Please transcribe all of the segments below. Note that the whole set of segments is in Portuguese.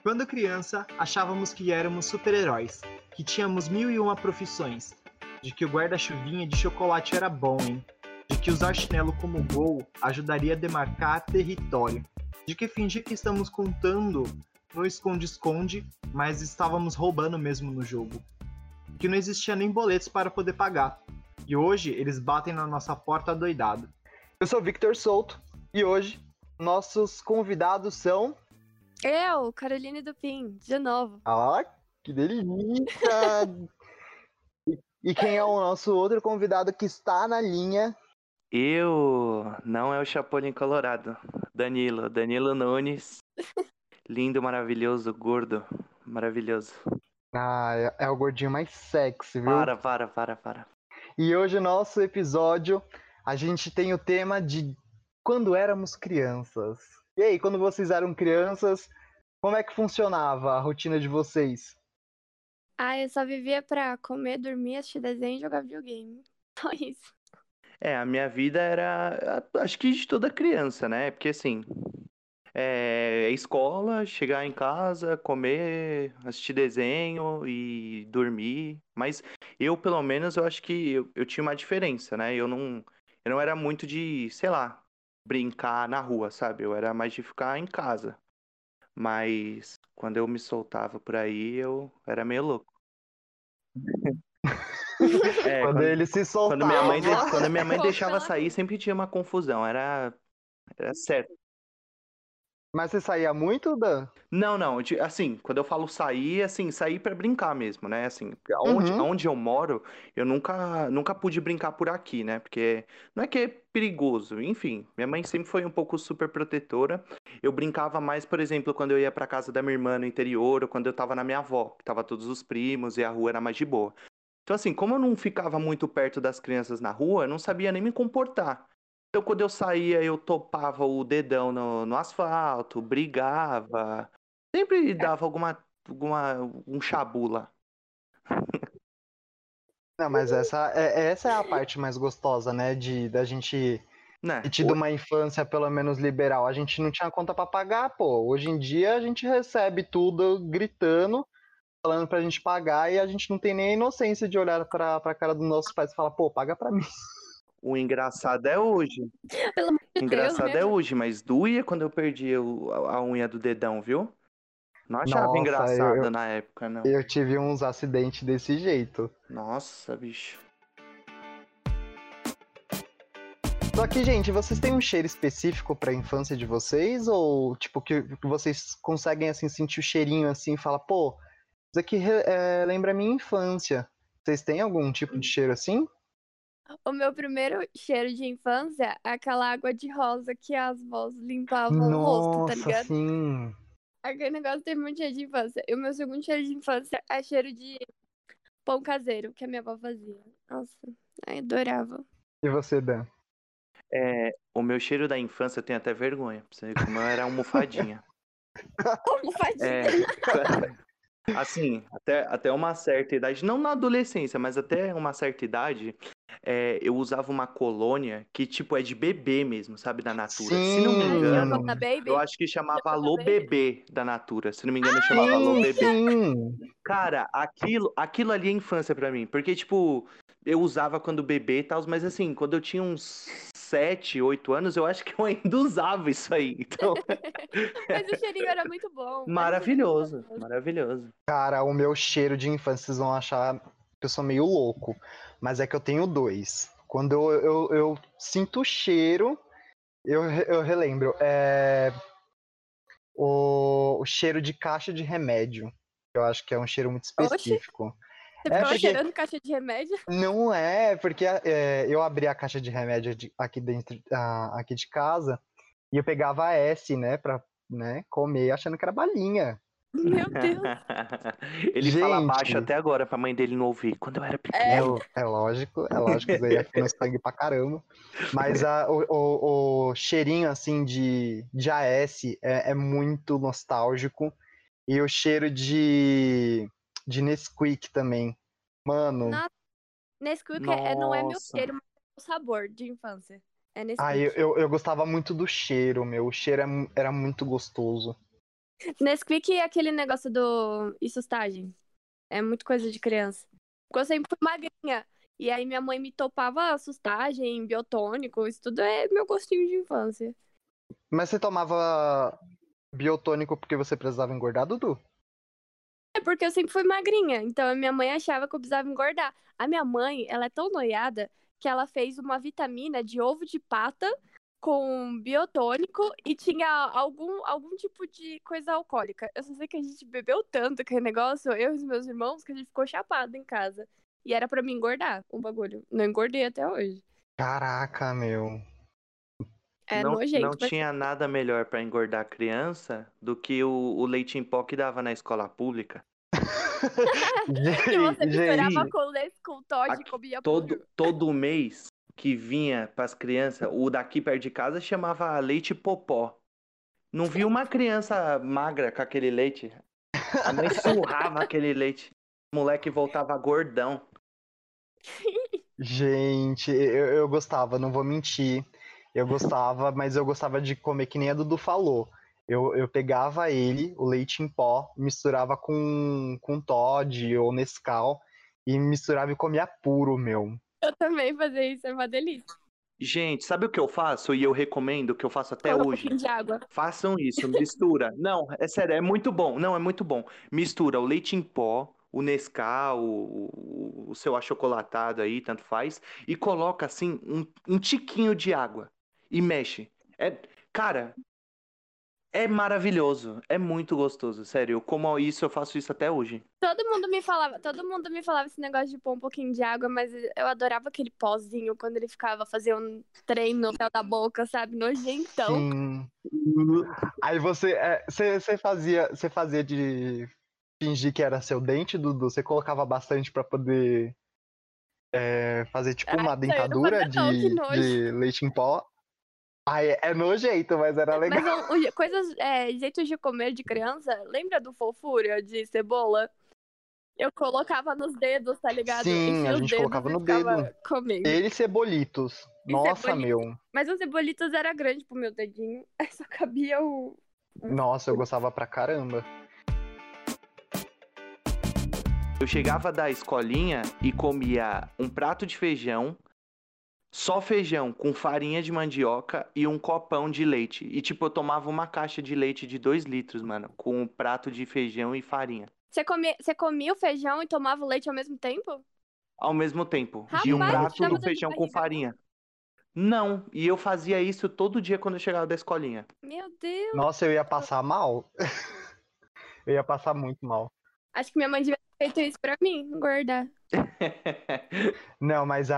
Quando criança, achávamos que éramos super-heróis, que tínhamos mil e uma profissões, de que o guarda-chuvinha de chocolate era bom, hein? De que usar chinelo como gol ajudaria a demarcar território, de que fingir que estamos contando no esconde-esconde, mas estávamos roubando mesmo no jogo, que não existia nem boletos para poder pagar, e hoje eles batem na nossa porta adoidado. Eu sou Victor Souto e hoje nossos convidados são... Eu, Caroline Dupin, de novo. Ah, que delícia! E quem é o nosso outro convidado que está na linha? Não é o Chapolin Colorado. Danilo Nunes. Lindo, maravilhoso, gordo, maravilhoso. Ah, é o gordinho mais sexy, viu? Para. E hoje, nosso episódio, a gente tem o tema de quando éramos crianças. E aí, quando vocês eram crianças, como é que funcionava a rotina de vocês? Eu só vivia pra comer, dormir, assistir desenho e jogar videogame. Só isso. A minha vida era, acho que de toda criança, né? Porque assim, escola, chegar em casa, comer, assistir desenho e dormir. Mas eu, pelo menos, eu acho que eu tinha uma diferença, né? Eu não era muito de, sei lá, brincar na rua, sabe? Eu era mais de ficar em casa. Mas quando eu me soltava por aí, eu era meio louco. Quando ele se soltava... Quando a minha mãe Pô, deixava fala sair, tudo. sempre tinha uma confusão. Era certo. Mas você saía muito, Dan? Não, assim, quando eu falo sair, assim, sair pra brincar mesmo, né? Assim, Uhum. onde eu moro, eu nunca pude brincar por aqui, né? Porque não é que é perigoso, enfim, minha mãe sempre foi um pouco super protetora. Eu brincava mais, por exemplo, quando eu ia pra casa da minha irmã no interior, ou quando eu tava na minha avó, que tava todos os primos e a rua era mais de boa. Então, assim, como eu não ficava muito perto das crianças na rua, eu não sabia nem me comportar. Então, quando eu saía, eu topava o dedão no asfalto, brigava. Sempre dava um chabu lá. Não, mas essa é a parte mais gostosa, né? Da gente Né? ter tido uma infância pelo menos liberal. A gente não tinha conta pra pagar, pô. Hoje em dia a gente recebe tudo gritando, falando pra gente pagar e a gente não tem nem a inocência de olhar pra cara dos nossos pais e falar, pô, paga pra mim. O engraçado é hoje. Pelo amor de Deus, Engraçado né? é hoje, mas doía quando eu perdi a unha do dedão, viu? Não achava Nossa, engraçado na época, não. eu tive uns acidentes desse jeito. Nossa, bicho. Só que, gente, vocês têm um cheiro específico pra infância de vocês? Ou, tipo, que vocês conseguem, assim, sentir o cheirinho, assim, e falar, pô, isso aqui lembra a minha infância. Vocês têm algum tipo de cheiro assim? O meu primeiro cheiro de infância é aquela água de rosa que as vós limpavam o rosto, tá Nossa, ligado? sim. Aquele negócio tem muito cheiro de infância. E o meu segundo cheiro de infância é cheiro de pão caseiro, que a minha avó fazia. Nossa, adorava. E você, Dan? O meu cheiro da infância eu tenho até vergonha. Pra você ver como eu era almofadinha. Almofadinha. Assim, até uma certa idade, não na adolescência, mas até uma certa idade, eu usava uma colônia que, tipo, é de bebê mesmo, sabe, da Natura. Se não me engano, Giovanna eu Baby? acho que chamava Giovanna Alô Baby? Bebê da Natura. Se não me engano, chamava Alô Bebê. Sim. Cara, aquilo ali é infância pra mim, porque, tipo, eu usava quando bebê e tal, mas assim, quando eu tinha uns 7, 8 anos, eu acho que eu ainda usava isso aí. Então, Mas o cheirinho era muito bom. Era muito maravilhoso, gostoso. maravilhoso. Cara, o meu cheiro de infância, vocês vão achar que eu sou meio louco. Mas é que eu tenho dois. Quando eu sinto o cheiro, eu relembro. O cheiro de caixa de remédio. Eu acho que é um cheiro muito Oxi, específico. você É ficava porque cheirando caixa de remédio? não é, porque eu abri a caixa de remédio aqui dentro, aqui de casa, e eu pegava a S, né, pra, né, comer, achando que era balinha. Meu Deus. Ele fala baixo Gente, até agora pra mãe dele não ouvir. Quando eu era É, pequeno. é lógico, isso aí é fino sangue pra caramba. Mas o cheirinho, assim, de AS é muito nostálgico. E o cheiro de Nesquik também. Mano, nossa, Nesquik não é meu Nossa. cheiro, mas é o sabor de infância. É ai, Nesquik. eu gostava muito do cheiro, meu. O cheiro era muito gostoso. Nesquik é aquele negócio do sustagem. É muito coisa de criança. Porque eu sempre fui magrinha. E aí minha mãe me topava sustagem, biotônico, isso tudo é meu gostinho de infância. Mas você tomava biotônico porque você precisava engordar, Dudu? É porque eu sempre fui magrinha, então a minha mãe achava que eu precisava engordar. A minha mãe, ela é tão noiada que ela fez uma vitamina de ovo de pata com biotônico e tinha algum tipo de coisa alcoólica. Eu só sei que a gente bebeu tanto aquele negócio, eu e os meus irmãos, que a gente ficou chapado em casa. E era pra me engordar o bagulho. Não engordei até hoje. Caraca, meu. É Não nojento, mas tinha nada melhor pra engordar a criança do que o leite em pó que dava na escola pública. que você misturava Gente, com leite, com Todd e Aqui, comia todo, puro. todo mês que vinha pras crianças, o daqui perto de casa chamava leite popó. Não vi uma criança magra com aquele leite. A mãe surrava aquele leite. O moleque voltava gordão. gente, eu gostava, não vou mentir. Eu gostava, mas eu gostava de comer que nem a Dudu falou. Eu pegava ele, o leite em pó, misturava com Toddy ou Nescau e misturava e comia puro, meu. Eu também fazia isso, é uma delícia. Gente, sabe o que eu faço? E eu recomendo, que eu faço até Coloca um hoje. pouquinho de água. Façam isso, mistura. Não, é sério, é muito bom. Não, é muito bom. Mistura o leite em pó, o Nescau, o seu achocolatado aí, tanto faz, e coloca assim um tiquinho de água e mexe. Cara, é maravilhoso, é muito gostoso, sério. Eu como isso, eu faço isso até hoje. Todo mundo me falava esse negócio de pôr um pouquinho de água, mas eu adorava aquele pozinho quando ele ficava fazendo um trem no céu da boca, sabe? Nojentão. Sim. Aí você fazia de fingir que era seu dente, Dudu? Você colocava bastante pra poder fazer tipo Ai, uma isso aí eu não dentadura fazia não, que nojo. de leite em pó? Ai, é nojento, mas era legal. Mas jeitos de comer de criança, lembra do fofura de cebola? Eu colocava nos dedos, tá ligado? Sim, a Enchia os gente dedos colocava e no dedo. ficava comendo. Ele e cebolitos. E Nossa, cebolitas. meu. Mas os cebolitas era grande pro meu dedinho. Aí só cabia o. Nossa, eu gostava pra caramba. Eu chegava da escolinha e comia um prato de feijão, só feijão com farinha de mandioca e um copão de leite. E tipo, eu tomava uma caixa de leite de 2 litros, mano, com um prato de feijão e farinha. Você comia o feijão e tomava o leite ao mesmo tempo? Ao mesmo tempo. E um Rapaz, Gente, você prato tava do dando de feijão com barriga, não? farinha. Não, e eu fazia isso todo dia quando eu chegava da escolinha. Meu Deus. nossa, eu ia passar mal. Eu ia passar muito mal. Acho que minha mãe devia ter feito isso pra mim, engordar. Não, mas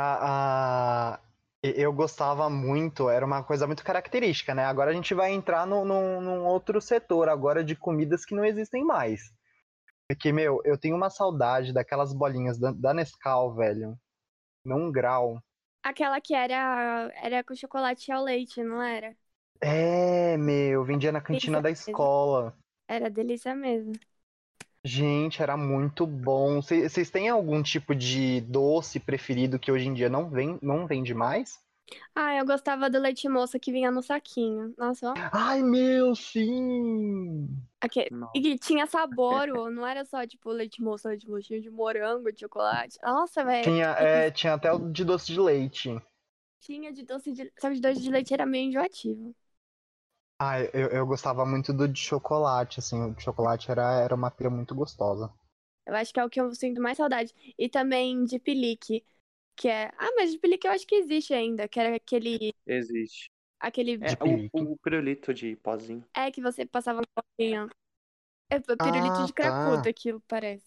eu gostava muito, era uma coisa muito característica, né? Agora a gente vai entrar num outro setor agora de comidas que não existem mais. Porque, meu, eu tenho uma saudade daquelas bolinhas da Nescau, velho. Num grau. Aquela que era com chocolate ao leite, não era? É, meu, vendia na cantina Delícia da mesmo. escola. Era delícia mesmo. Gente, era muito bom. Vocês têm algum tipo de doce preferido que hoje em dia não vende mais? Ah, eu gostava do leite moça que vinha no saquinho. Nossa, ó. Ai, meu, sim! E que tinha sabor, ó, não era só tipo leite moça cheio de morango, de chocolate. Nossa, velho. Tinha até o de doce de leite. Tinha de doce de. Sabe, de doce de leite era meio enjoativo. Ah, eu gostava muito do de chocolate, assim, o de chocolate era uma pira muito gostosa. Eu acho que é o que eu sinto mais saudade. E também de pilique, que é. Ah, mas de pilique eu acho que existe ainda, que era aquele. Existe. Aquele. É Pilique. o pirulito de pozinho. É que você passava no copinho. É pirulito Ah, de tá. cracudo, aquilo parece.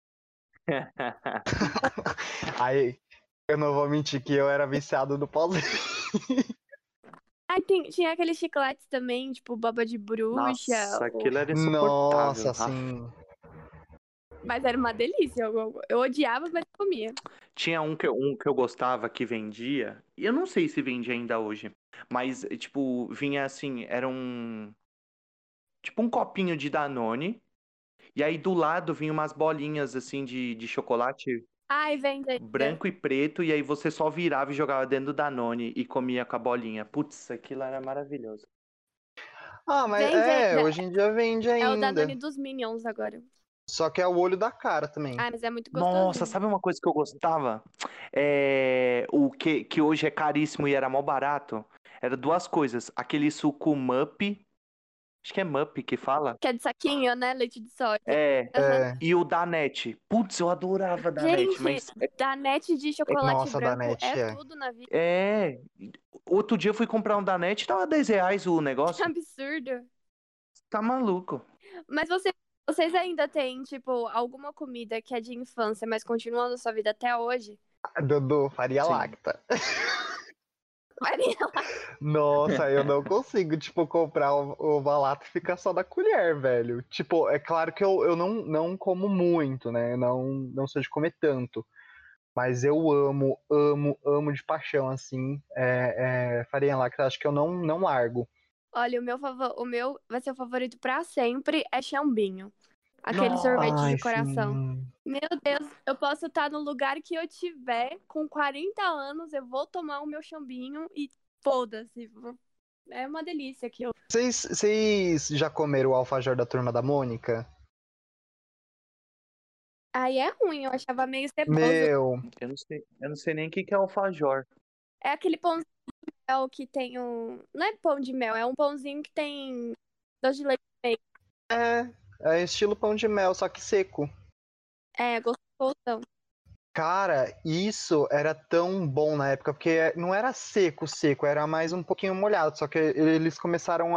Aí, eu não vou mentir que eu era viciado no pauzinho. Ah, tinha aqueles chicletes também, tipo baba de bruxa. Nossa, aquilo era Nossa, insuportável. assim. Mas era uma delícia. Eu odiava, mas comia. Tinha um que eu gostava que vendia, e eu não sei se vende ainda hoje, mas, tipo, vinha assim, era tipo um copinho de Danone, e aí do lado vinha umas bolinhas, assim, de chocolate Ai, vende ainda. branco e preto, e aí você só virava e jogava dentro do Danone e comia com a bolinha. Putz, aquilo era maravilhoso. Ah, mas Vende. hoje em dia vende É o ainda. Danone dos Minions agora. Só que é o olho da cara também. Ah, mas é muito Nossa, gostosinho. sabe uma coisa que eu gostava? O que hoje é caríssimo e era mó barato? Era duas coisas. Aquele suco Mup, acho que é Mup que fala. Que é de saquinho, né? Leite de soja. É, Aham. É, e o Danete. Putz, eu adorava Danete, Gente, mas Danete de chocolate nossa, da branco é NET é. tudo na vida. é. Outro dia eu fui comprar um Danete, tava R$ 10 o Que negócio. absurdo. Tá maluco. Mas vocês ainda têm, tipo, alguma comida que é de infância, mas continua na sua vida até hoje? Dodô, Faria Sim. Lacta. Maria, Nossa, eu não consigo, tipo, comprar uma lata e ficar só na colher, velho. Tipo, é claro que eu não como muito, né? Não sou de comer tanto. Mas eu amo, amo, amo de paixão, assim. Farinha Lacta, acho que eu não largo. olha, o meu vai ser o favorito pra sempre é chambinho. Aquele sorvete Nossa. de Ai, coração. sim. Meu Deus, eu posso estar no lugar que eu tiver, com 40 anos, eu vou tomar o meu chambinho e foda-se. É uma delícia aquilo. Vocês já comeram o alfajor da Turma da Mônica? Aí é ruim, eu achava meio ceboso. Meu, Eu não sei nem o que é alfajor. É aquele pãozinho de mel que tem um. Não é pão de mel, é um pãozinho que tem doce de leite no meio. é estilo pão de mel, só que seco. É, gostoso. Cara, isso era tão bom na época, porque não era seco, seco, era mais um pouquinho molhado, só que eles começaram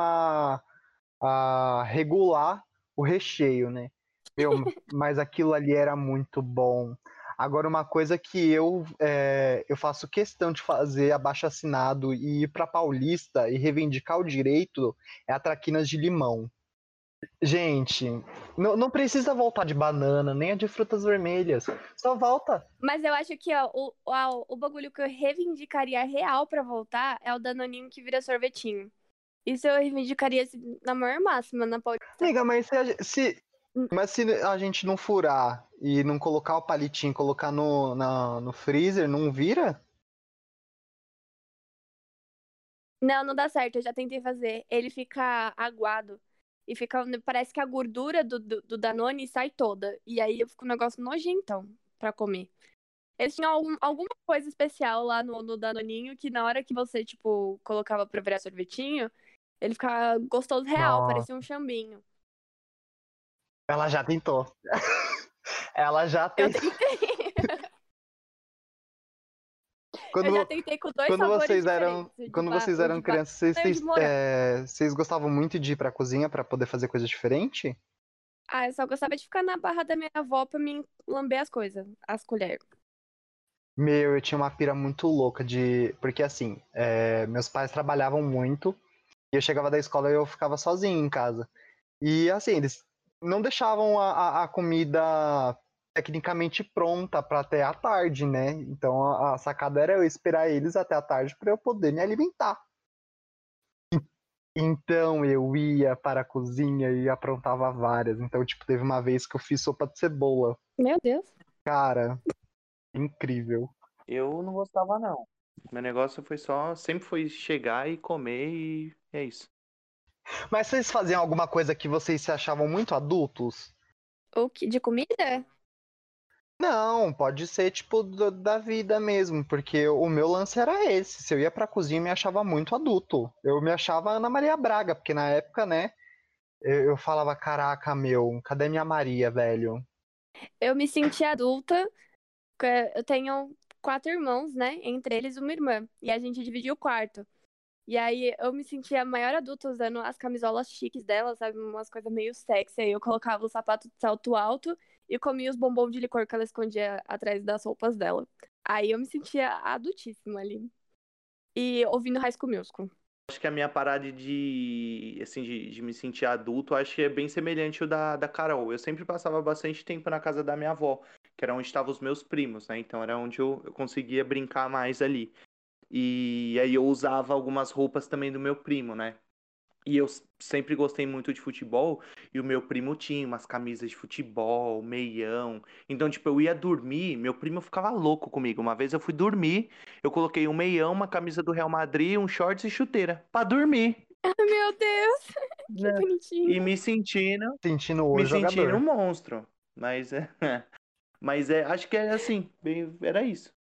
a regular o recheio, né? Meu, mas aquilo ali era muito bom. Agora, uma coisa que eu faço questão de fazer abaixo-assinado e ir pra Paulista e reivindicar o direito é a traquinas de limão. Gente, não precisa voltar de banana, nem a de frutas vermelhas. Só volta. Mas eu acho que ó, o bagulho que eu reivindicaria real pra voltar é o danoninho que vira sorvetinho. Isso eu reivindicaria assim, na maior máxima na Paulista. Amiga, mas mas se a gente não furar e não colocar o palitinho, colocar no freezer, não vira? Não, não dá certo, eu já tentei fazer. Ele fica aguado. E fica. Parece que a gordura do Danone sai toda. E aí eu fico um negócio nojentão pra comer. Eles tinham alguma coisa especial lá no Danoninho que na hora que você, tipo, colocava pra virar sorvetinho, ele ficava gostoso real, Nossa, parecia um chambinho. ela já tentou. Ela já Eu tentou. tentei. Eu já Quando, tentei com dois quando sabores vocês eram, diferentes. quando vocês O de eram crianças, vocês, banana e o de vocês, morango. é, vocês gostavam muito de ir pra cozinha pra poder fazer coisa diferente? Ah, eu só gostava de ficar na barra da minha avó pra me lamber as coisas, as colheres. Meu, eu tinha uma pira muito louca de. Porque assim, meus pais trabalhavam muito e eu chegava da escola e eu ficava sozinho em casa. E assim, eles não deixavam a comida tecnicamente pronta para até a tarde, né? Então a sacada era eu esperar eles até a tarde para eu poder me alimentar. Então eu ia para a cozinha e aprontava várias. Então, tipo, teve uma vez que eu fiz sopa de cebola. Meu Deus. Cara, incrível. Eu não gostava, não. Meu negócio sempre foi chegar e comer e é isso. Mas vocês faziam alguma coisa que vocês se achavam muito adultos? O que? De comida? Não, pode ser tipo da vida mesmo, porque o meu lance era esse. Se eu ia pra cozinha, eu me achava muito adulto. Eu me achava Ana Maria Braga, porque na época, né, eu falava, caraca, meu, cadê minha Maria, velho? Eu me senti adulta. Eu tenho 4 irmãos, né? Entre eles uma irmã. E a gente dividiu o quarto. E aí eu me sentia a maior adulta usando as camisolas chiques dela, sabe? Umas coisas meio sexy. Aí eu colocava o sapato de salto alto e comia os bombons de licor que ela escondia atrás das roupas dela. Aí eu me sentia adultíssima ali. E ouvindo High School Musical. Acho que a minha parada de me sentir adulto, acho que é bem semelhante ao da Carol. Eu sempre passava bastante tempo na casa da minha avó, que era onde estavam os meus primos, né? Então era onde eu conseguia brincar mais ali. E aí eu usava algumas roupas também do meu primo, né? E eu sempre gostei muito de futebol, e o meu primo tinha umas camisas de futebol, meião. Então, tipo, eu ia dormir, meu primo ficava louco comigo. Uma vez eu fui dormir, eu coloquei um meião, uma camisa do Real Madrid, um shorts e chuteira. Pra dormir. Meu Deus! Que Né? bonitinho. E Sentindo o me sentindo um jogador. monstro. Mas acho que é assim, era isso.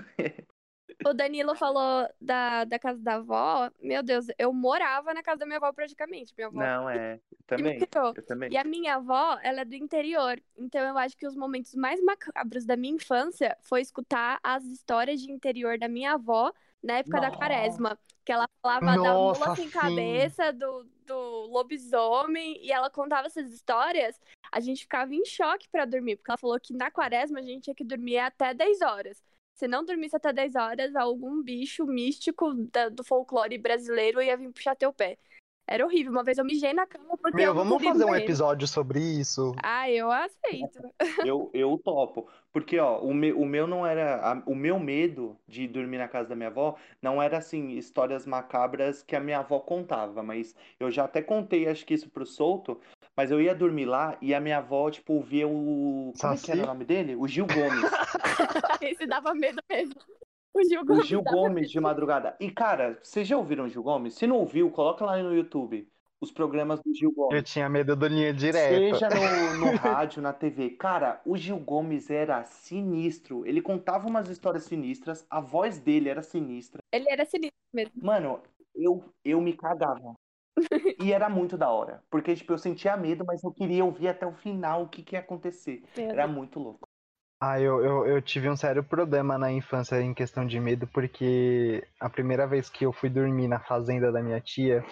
O Danilo falou da casa da avó. Meu Deus, eu morava na casa da minha avó praticamente. Minha avó Não, eu que me também, criou. eu também. E a minha avó, ela é do interior. Então eu acho que os momentos mais macabros da minha infância foi escutar as histórias de interior da minha avó na época da Nossa, quaresma. Que ela falava da mula Nossa, sem sim. cabeça, do lobisomem, e ela contava essas histórias. A gente ficava em choque pra dormir, porque ela falou que na quaresma a gente tinha que dormir até 10 horas. Se não dormisse até 10 horas, algum bicho místico do folclore brasileiro ia vir puxar teu pé. Era horrível. Uma vez eu mijei na cama porque Meu, eu não vamos queria ir no fazer um banheiro. episódio sobre isso? Ah, eu aceito. eu topo. Porque, ó, o meu não era. O meu medo de dormir na casa da minha avó não era, assim, histórias macabras que a minha avó contava. Mas eu já até contei, acho que isso pro Souto. Mas eu ia dormir lá e a minha avó, tipo, via o. Como é que era o Saci? nome dele? O Gil Gomes. Esse dava medo mesmo. O Gil O Gomes Gil dava Gomes medo. de madrugada. E, cara, vocês já ouviram o Gil Gomes? Se não ouviu, coloca lá no YouTube os programas do Gil Eu Gomes. tinha medo do linha direta. Seja no rádio, na TV. Cara, o Gil Gomes era sinistro. Ele contava umas histórias sinistras, a voz dele era sinistra. Ele era sinistro mesmo. Mano, eu me cagava. E era muito da hora. Porque, tipo, eu sentia medo, mas eu queria ouvir até o final o que que ia acontecer. Meu Era Deus. muito louco. Ah, eu tive um sério problema na infância em questão de medo, porque a primeira vez que eu fui dormir na fazenda da minha tia,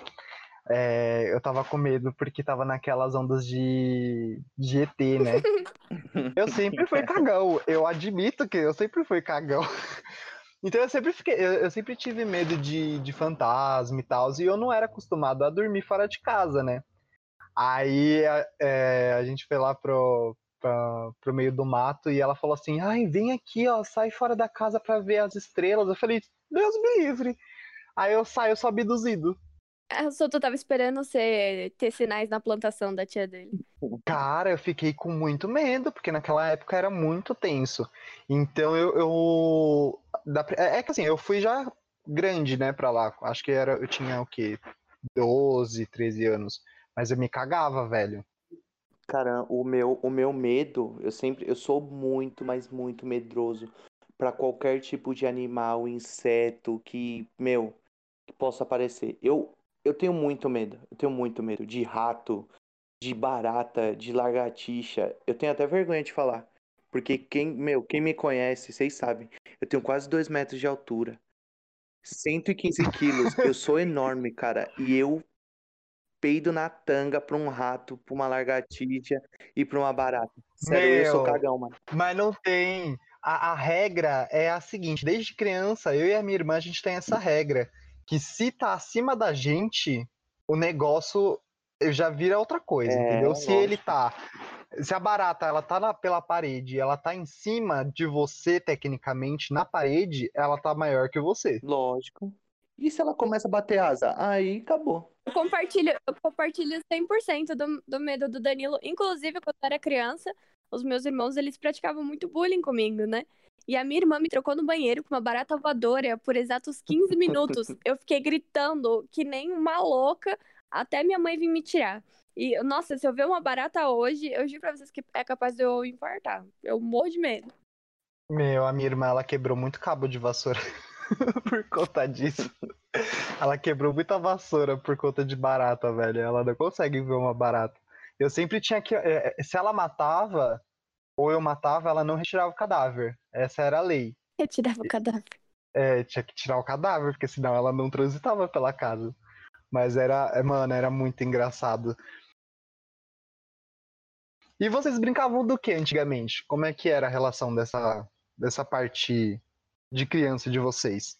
eu tava com medo porque tava naquelas ondas de ET, né? Eu sempre fui cagão, eu admito que eu sempre fui cagão. Então eu sempre tive medo de fantasma e tal, e eu não era acostumado a dormir fora de casa, né? Aí a gente foi lá pro meio do mato e ela falou assim: ai, vem aqui, ó, sai fora da casa pra ver as estrelas. Eu falei: Deus me livre. Aí eu saio, só abduzido. O Soto tava esperando você ter sinais na plantação da tia dele. Cara, eu fiquei com muito medo, porque naquela época era muito tenso. Então é que assim, eu fui já grande, né, pra lá. Acho que eu tinha o quê? 12, 13 anos. Mas eu me cagava, velho. Cara, o meu medo, eu sou muito, mas muito medroso pra qualquer tipo de animal, inseto que possa aparecer. Eu tenho muito medo. Eu tenho muito medo de rato, de barata, de lagartixa. Eu tenho até vergonha de falar. Porque quem me conhece, vocês sabem. Eu tenho quase 2 metros de altura. 115 quilos. Eu sou enorme, cara. E eu peido na tanga pra um rato, pra uma lagartixa e pra uma barata. Sério, eu sou Meu, cagão, mano. mas não tem. A regra é a seguinte: desde criança, eu e a minha irmã, a gente tem essa regra. Que se tá acima da gente, o negócio já vira outra coisa, É, entendeu? Se ele lógico. tá. Se a barata ela tá pela parede, ela tá em cima de você, tecnicamente, na parede, ela tá maior que você. Lógico. E se ela começa a bater asa? Aí acabou. Eu compartilho 100% do medo do Danilo. Inclusive, quando eu era criança, os meus irmãos, eles praticavam muito bullying comigo, né? E a minha irmã me trocou no banheiro com uma barata voadora por exatos 15 minutos. Eu fiquei gritando que nem uma louca até minha mãe vir me tirar. E, nossa, se eu ver uma barata hoje, eu juro pra vocês que é capaz de eu infartar. Eu morro de medo. Meu, a minha irmã, ela quebrou muito cabo de vassoura por conta disso. Ela quebrou muita vassoura por conta de barata, velho. Ela não consegue ver uma barata. Eu sempre tinha que. Se ela matava, ou eu matava, ela não retirava o cadáver. Essa era a lei. Retirava o cadáver. Tinha que tirar o cadáver, porque senão ela não transitava pela casa. Mas mano, era muito engraçado. E vocês brincavam do que antigamente? Como é que era a relação dessa parte de criança de vocês?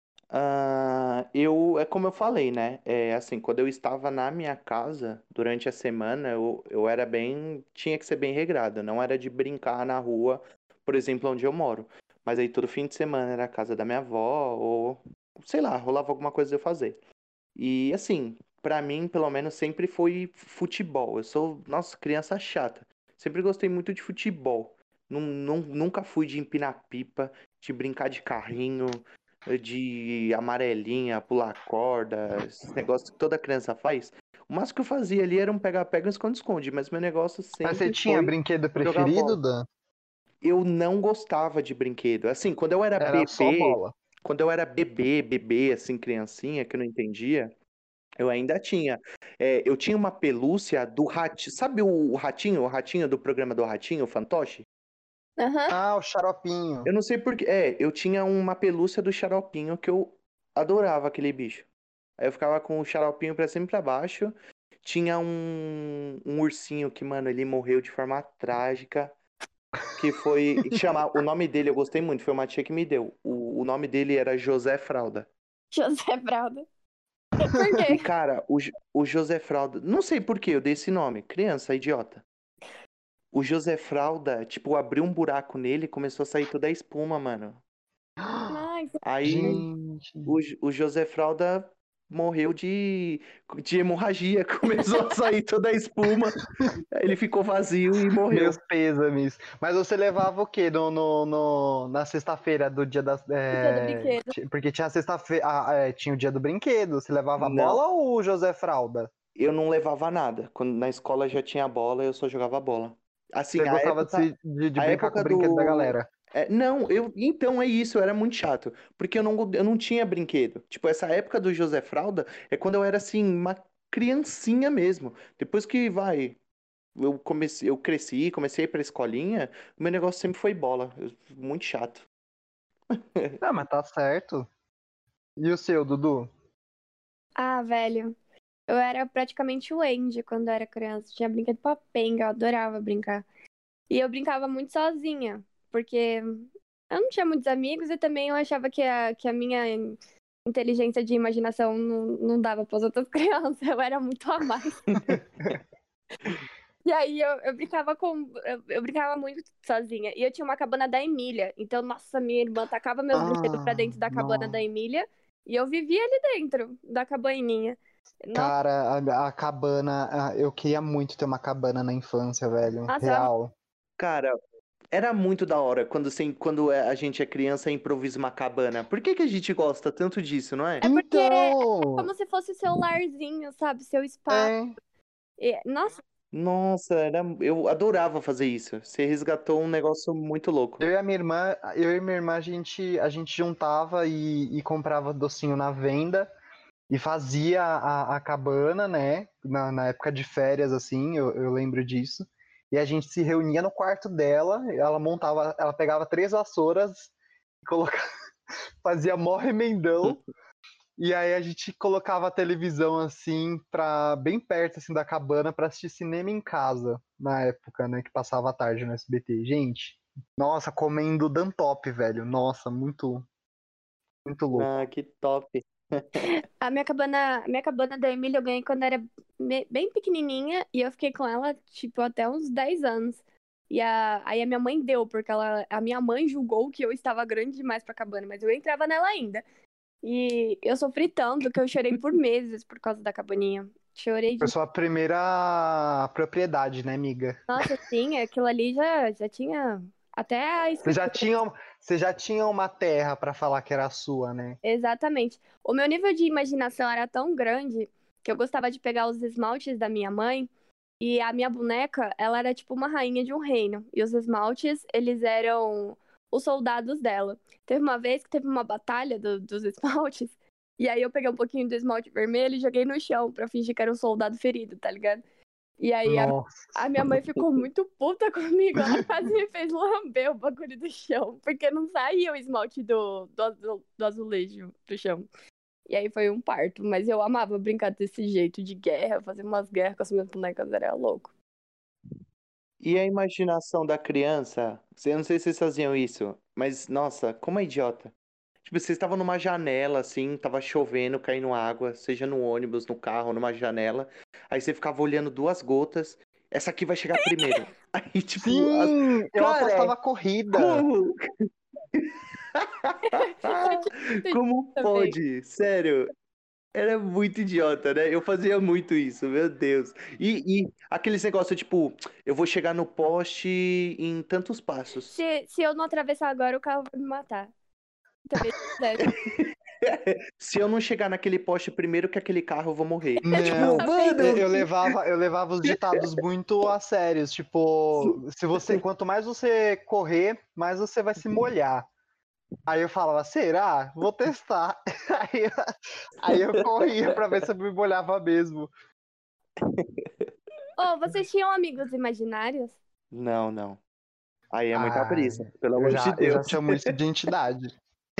É como eu falei, né? É assim, quando eu estava na minha casa durante a semana, eu era tinha que ser bem regrado, não era de brincar na rua, por exemplo, onde eu moro. Mas aí todo fim de semana era a casa da minha avó, ou sei lá, rolava alguma coisa de eu fazer. E assim, pra mim, pelo menos, sempre foi futebol. Eu sou, nossa, criança chata. Sempre gostei muito de futebol. Nunca fui de empinar pipa, de brincar de carrinho, de amarelinha, pular corda, esses negócios que toda criança faz. O máximo que eu fazia ali era um pega-pega e um esconde-esconde, mas meu negócio Mas você sempre tinha foi brinquedo jogar preferido, bola. Dan? Eu não gostava de brinquedo. Assim, Era só bola. quando eu era bebê, assim, criancinha, que eu não entendia, eu ainda tinha. Eu tinha uma pelúcia do ratinho. Sabe o ratinho do programa do Ratinho, o Fantoche? Aham. Ah, o xaropinho. Eu não sei por quê. Eu tinha uma pelúcia do Xaropinho que eu adorava aquele bicho. Aí eu ficava com o Xaropinho pra cima e pra baixo. Tinha um ursinho que, mano, ele morreu de forma trágica. Que foi. O nome dele eu gostei muito, foi uma tia que me deu. O nome dele era José Fralda. José Fralda. Por E, quê? cara, o José Fralda. Não sei por que eu dei esse nome. Criança, idiota. O José Fralda, tipo, abriu um buraco nele e começou a sair toda a espuma, mano. Ai, Aí Gente. o José Fralda morreu de hemorragia. Começou a sair toda a espuma. Aí ele ficou vazio e Meus morreu. pêsames. Mas você levava o quê na sexta-feira do dia das. o dia do brinquedo. Porque tinha a sexta-feira. Tinha o dia do brinquedo. Você levava a Não, bola ou o José Fralda? eu não levava nada. Quando na escola já tinha bola, eu só jogava bola. Assim, Você gostava de a brincar com o época brinquedo da do. galera? Não, então é isso, eu era muito chato. Porque eu não tinha brinquedo. Tipo, essa época do José Fralda é quando eu era assim, uma criancinha mesmo. Depois que eu cresci, comecei a ir pra escolinha, o meu negócio sempre foi bola. Muito chato. Ah, mas tá certo. E o seu, Dudu? Ah, velho. Eu era praticamente o Andy quando eu era criança. Tinha brinquedo pra penga, eu adorava brincar. E eu brincava muito sozinha, porque eu não tinha muitos amigos e também eu achava que a minha inteligência de imaginação não dava para as outras crianças. Eu era muito a mais. E aí eu brincava eu brincava muito sozinha. E eu tinha uma cabana da Emília. Então, nossa, minha irmã tacava meus brinquedos pra Ah, dentro da cabana da não. Emília. E eu vivia ali dentro da cabaninha. Nossa, Cara, a cabana. Eu queria muito ter uma cabana na infância, velho. nossa, eu amava. Real. Cara, era muito da hora quando a gente é criança e improvisa uma cabana. Por que que a gente gosta tanto disso, não é? É porque é Então. como se fosse seu larzinho, sabe? Seu espaço. É. Nossa, Nossa, eu adorava fazer isso. Você resgatou um negócio muito louco. Eu e minha irmã, a gente juntava e comprava docinho na venda e fazia a cabana, né? Na época de férias, assim, eu lembro disso. E a gente se reunia no quarto dela, ela pegava 3 vassouras e colocava, fazia mó remendão. E aí a gente colocava a televisão assim bem perto assim da cabana pra assistir cinema em casa na época, né, que passava a tarde no SBT. Gente, nossa, comendo Dantop, velho. Nossa, muito muito louco. Ah, que top. a minha cabana da Emília eu ganhei quando era bem pequenininha e eu fiquei com ela, tipo, até uns 10 anos. Aí a minha mãe deu, porque a minha mãe julgou que eu estava grande demais pra cabana, mas eu entrava nela ainda. E eu sofri tanto que eu chorei por meses por causa da cabaninha. Chorei Foi de. sua primeira propriedade, né, amiga? Nossa, sim, aquilo ali já tinha até a Você já escritura. tinha, você já tinha uma terra pra falar que era sua, né? Exatamente. O meu nível de imaginação era tão grande que eu gostava de pegar os esmaltes da minha mãe e a minha boneca, ela era tipo uma rainha de um reino. E os esmaltes, eles eram os soldados dela. Teve uma vez que teve uma batalha dos esmaltes e aí eu peguei um pouquinho do esmalte vermelho e joguei no chão pra fingir que era um soldado ferido, tá ligado? E aí a Nossa. minha mãe ficou muito puta comigo. Ela quase me fez lamber o bagulho do chão, porque não saía o esmalte do azulejo do chão. E aí foi um parto, mas eu amava brincar desse jeito de guerra, fazer umas guerras com as minhas bonecas, era louco. E a imaginação da criança? Eu não sei se vocês faziam isso, mas nossa, como é idiota. Tipo, vocês estavam numa janela, assim, tava chovendo, caindo água, seja no ônibus, no carro, numa janela. Aí você ficava olhando 2 gotas. Essa aqui vai chegar primeiro. Aí, tipo, Sim, eu cara, apostava corrida. como? Eu tinha muito disso Como também. pode? Sério, era muito idiota, né? Eu fazia muito isso, meu Deus. E aqueles negócios, tipo, eu vou chegar no poste em tantos passos. Se eu não atravessar agora, o carro vai me matar. Também dessa. Se eu não chegar naquele poste primeiro que aquele carro, eu vou morrer. Não, Tipo, mano. eu levava os ditados muito a sérios. Tipo, quanto mais você correr, mais você vai se molhar. Aí eu falava, será? Vou testar. Aí eu corria pra ver se eu me molhava mesmo. Ô, vocês tinham amigos imaginários? Não. Aí é muita Ah, brisa, pelo eu amor de já Deus. chamo isso de entidade.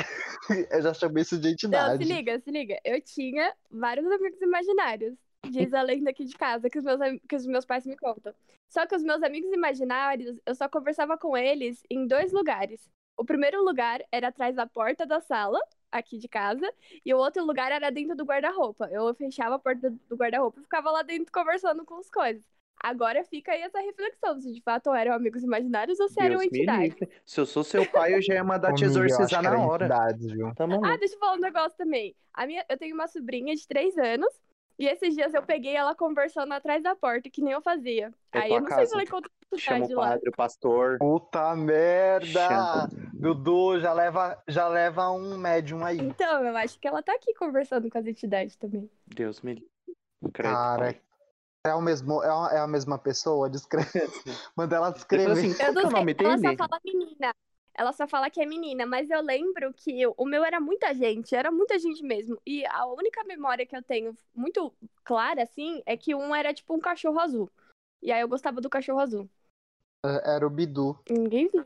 Eu já chamei isso de Não, entidade. se liga. Eu tinha vários amigos imaginários. Diz a lenda aqui de casa que os meus pais me contam. Só que os meus amigos imaginários, eu só conversava com eles em 2 lugares. O primeiro lugar era atrás da porta da sala, aqui de casa, e o outro lugar era dentro do guarda-roupa. Eu fechava a porta do guarda-roupa e ficava lá dentro conversando com as coisas. Agora fica aí essa reflexão, se de fato eram amigos imaginários ou se eram Deus me entidades. livre. Se eu sou seu pai, eu já ia mandar te Amiga, eu acho exorcizar que era na hora. entidades, viu? Tá maluco. Deixa eu falar um negócio também. Eu tenho uma sobrinha de 3 anos, e esses dias eu peguei ela conversando atrás da porta, que nem eu fazia. É Aí tua eu não sei se casa. ela encontrou Chama o entidade lá. padre, o pastor. Puta merda! Chama. Dudu, já leva um médium aí. Então, eu acho que ela tá aqui conversando com as entidades também. Deus me livre. Credo, Cara, pai. é a mesma pessoa? Manda ela Ele falou descrever. assim, Eu qual que é não o sei, nome ela só dele? fala menina. Ela só fala que é menina, mas eu lembro que o meu era muita gente mesmo. E a única memória que eu tenho muito clara, assim, é que um era tipo um cachorro azul. E aí eu gostava do cachorro azul. Era o Bidu. Ninguém viu.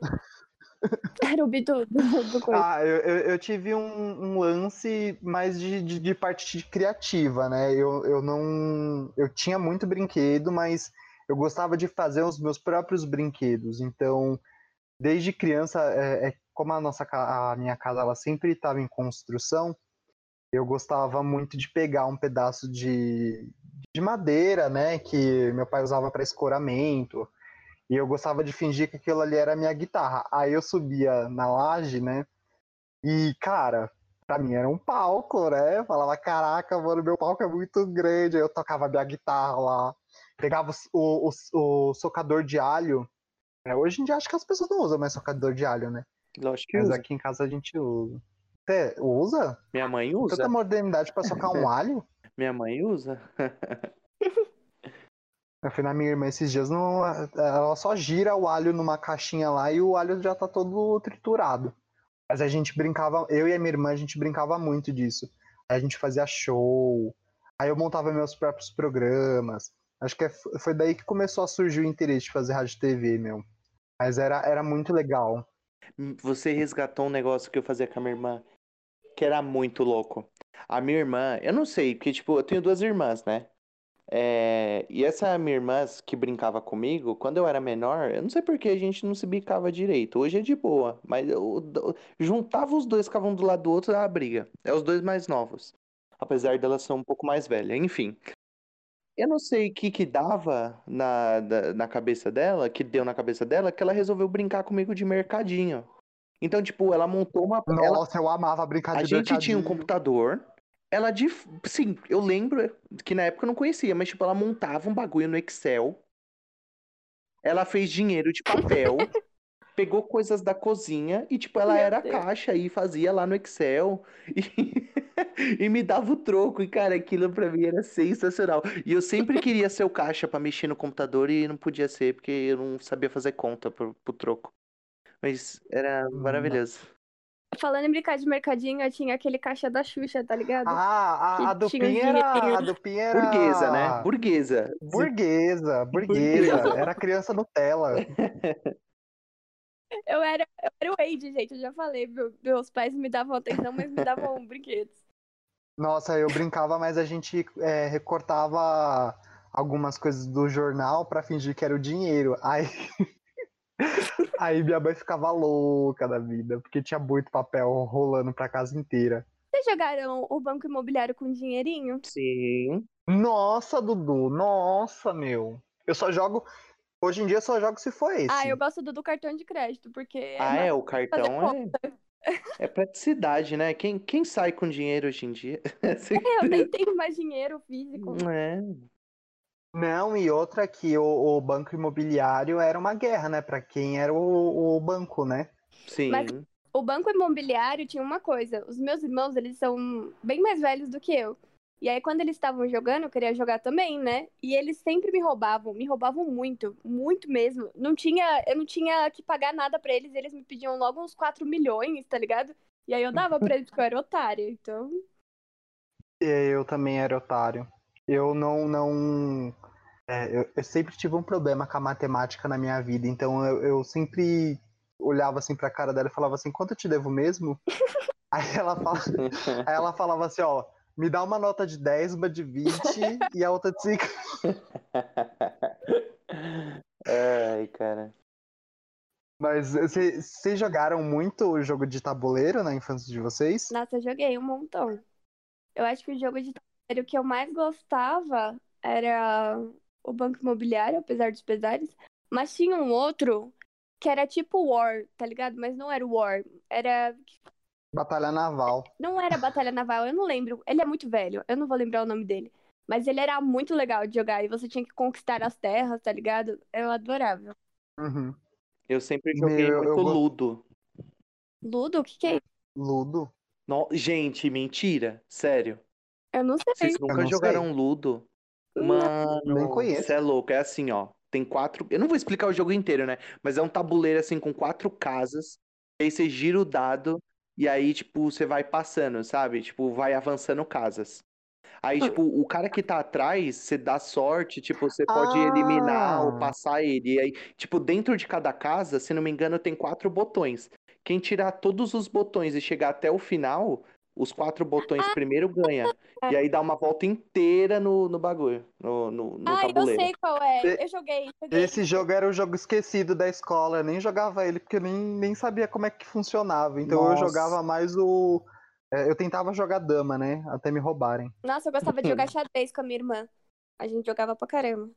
Era o Bidu do coisa. Eu tive um lance mais de parte criativa, né? Eu não. Eu tinha muito brinquedo, mas eu gostava de fazer os meus próprios brinquedos. Então, desde criança, como a minha casa ela sempre estava em construção, eu gostava muito de pegar um pedaço de madeira, né? Que meu pai usava para escoramento. E eu gostava de fingir que aquilo ali era a minha guitarra. Aí eu subia na laje, né? E, cara, pra mim era um palco, né? Eu falava, caraca, mano, meu palco é muito grande. Aí eu tocava minha guitarra lá. Pegava o socador de alho. Hoje em dia acho que as pessoas não usam mais socador de alho, né? Lógico que Mas usa. aqui em casa a gente usa. Você usa? Minha mãe Tanta usa. modernidade pra socar um alho? Minha mãe usa. Eu fui na minha irmã esses dias, ela só gira o alho numa caixinha lá e o alho já tá todo triturado. Mas a gente brincava, eu e a minha irmã, a gente brincava muito disso. Aí a gente fazia show, aí eu montava meus próprios programas. Acho que foi daí que começou a surgir o interesse de fazer rádio e TV, meu. Mas era muito legal. Você resgatou um negócio que eu fazia com a minha irmã, que era muito louco. A minha irmã, eu não sei, porque, tipo, eu tenho 2 irmãs, né? E essa minha irmã que brincava comigo, quando eu era menor, eu não sei por que a gente não se bicava direito. Hoje é de boa, mas eu juntava os dois, ficavam um do lado do outro, dava briga. É os 2 mais novos. Apesar delas ser um pouco mais velhas. Enfim. Eu não sei o que dava na cabeça dela, que deu na cabeça dela, que ela resolveu brincar comigo de mercadinho. Então, tipo, ela montou uma. Nossa, eu amava brincar A de gente tinha um mercadinho. computador. Ela de. Sim, eu lembro que na época eu não conhecia, mas tipo, ela montava um bagulho no Excel. Ela fez dinheiro de papel, pegou coisas da cozinha e, tipo, ela Meu era a Deus. caixa e fazia lá no Excel e me dava o troco. E, cara, aquilo pra mim era sensacional. E eu sempre queria ser o caixa pra mexer no computador e não podia ser porque eu não sabia fazer conta pro troco. Mas era maravilhoso. Falando em brincar de mercadinho, eu tinha aquele caixa da Xuxa, tá ligado? Ah, a Que tinha os Dupinha era. A dinheirinhos. Dupinha era. Burguesa, né? Burguesa. Burguesa. Burguesa. Era criança Nutella. Eu era o Wade, gente, eu já falei. Meus pais me davam atenção, mas me davam brinquedos. Nossa, eu brincava, mas a gente recortava algumas coisas do jornal pra fingir que era o dinheiro. Aí minha mãe ficava louca da vida, porque tinha muito papel rolando pra casa inteira. Vocês jogaram o Banco Imobiliário com dinheirinho? Sim. Nossa, Dudu, nossa, meu. Eu só jogo. Hoje em dia eu só jogo se for esse. Eu gosto do cartão de crédito, porque O fazer cartão conta. é praticidade, né? Quem sai com dinheiro hoje em dia? Eu nem tenho mais dinheiro físico. É. Não, e outra que o banco imobiliário era uma guerra, né? Pra quem era o banco, né? Sim. Mas O banco imobiliário tinha uma coisa. Os meus irmãos, eles são bem mais velhos do que eu. E aí, quando eles estavam jogando, eu queria jogar também, né? E eles sempre me roubavam muito, muito mesmo. Eu não tinha que pagar nada pra eles, eles me pediam logo uns 4 milhões, tá ligado? E aí eu dava pra eles porque eu era otária, então... Eu também era otário. Eu eu sempre tive um problema com a matemática na minha vida, então eu sempre olhava assim pra cara dela e falava assim, quanto eu te devo mesmo? Aí ela falava assim, ó, me dá uma nota de 10, uma de 20 e a outra de 5. Ai, cara. Mas vocês jogaram muito o jogo de tabuleiro na infância de vocês? Nossa, eu joguei um montão. Eu acho que o jogo de tabuleiro que eu mais gostava era o Banco Imobiliário, apesar dos pesares. Mas tinha um outro que era tipo War, tá ligado? Mas não era War. Batalha Naval. Não era Batalha Naval, eu não lembro. Ele é muito velho, eu não vou lembrar o nome dele. Mas ele era muito legal de jogar e você tinha que conquistar as terras, tá ligado? Eu adorava. Uhum. Eu sempre Meu, joguei muito gosto Ludo. Ludo, o que que é isso? Ludo. Gente, mentira. Sério. Eu não Vocês sei. Eu nunca não jogaram sei. Ludo? Nem Mano, você conheço. é louco. É assim, ó. Tem 4. Eu não vou explicar o jogo inteiro, né? Mas é um tabuleiro assim com 4 casas. Aí você gira o dado. E aí, tipo, você vai passando, sabe? Tipo, vai avançando casas. Aí, Hum. tipo, o cara que tá atrás, você dá sorte, tipo, você pode eliminar ou Ah! passar ele. E aí, tipo, dentro de cada casa, se não me engano, tem 4 botões. Quem tirar todos os botões e chegar até o final, os 4 botões primeiro ganha. E aí dá uma volta inteira no bagulho, no Eu tabuleiro. sei qual é. E- Eu joguei Esse isso. jogo era o jogo esquecido da escola. Eu nem jogava ele porque eu nem sabia como é que funcionava. Então eu Nossa. jogava mais o. Eu tentava jogar dama, né? Até me roubarem. Nossa, eu gostava de jogar xadrez com a minha irmã. A gente jogava pra caramba.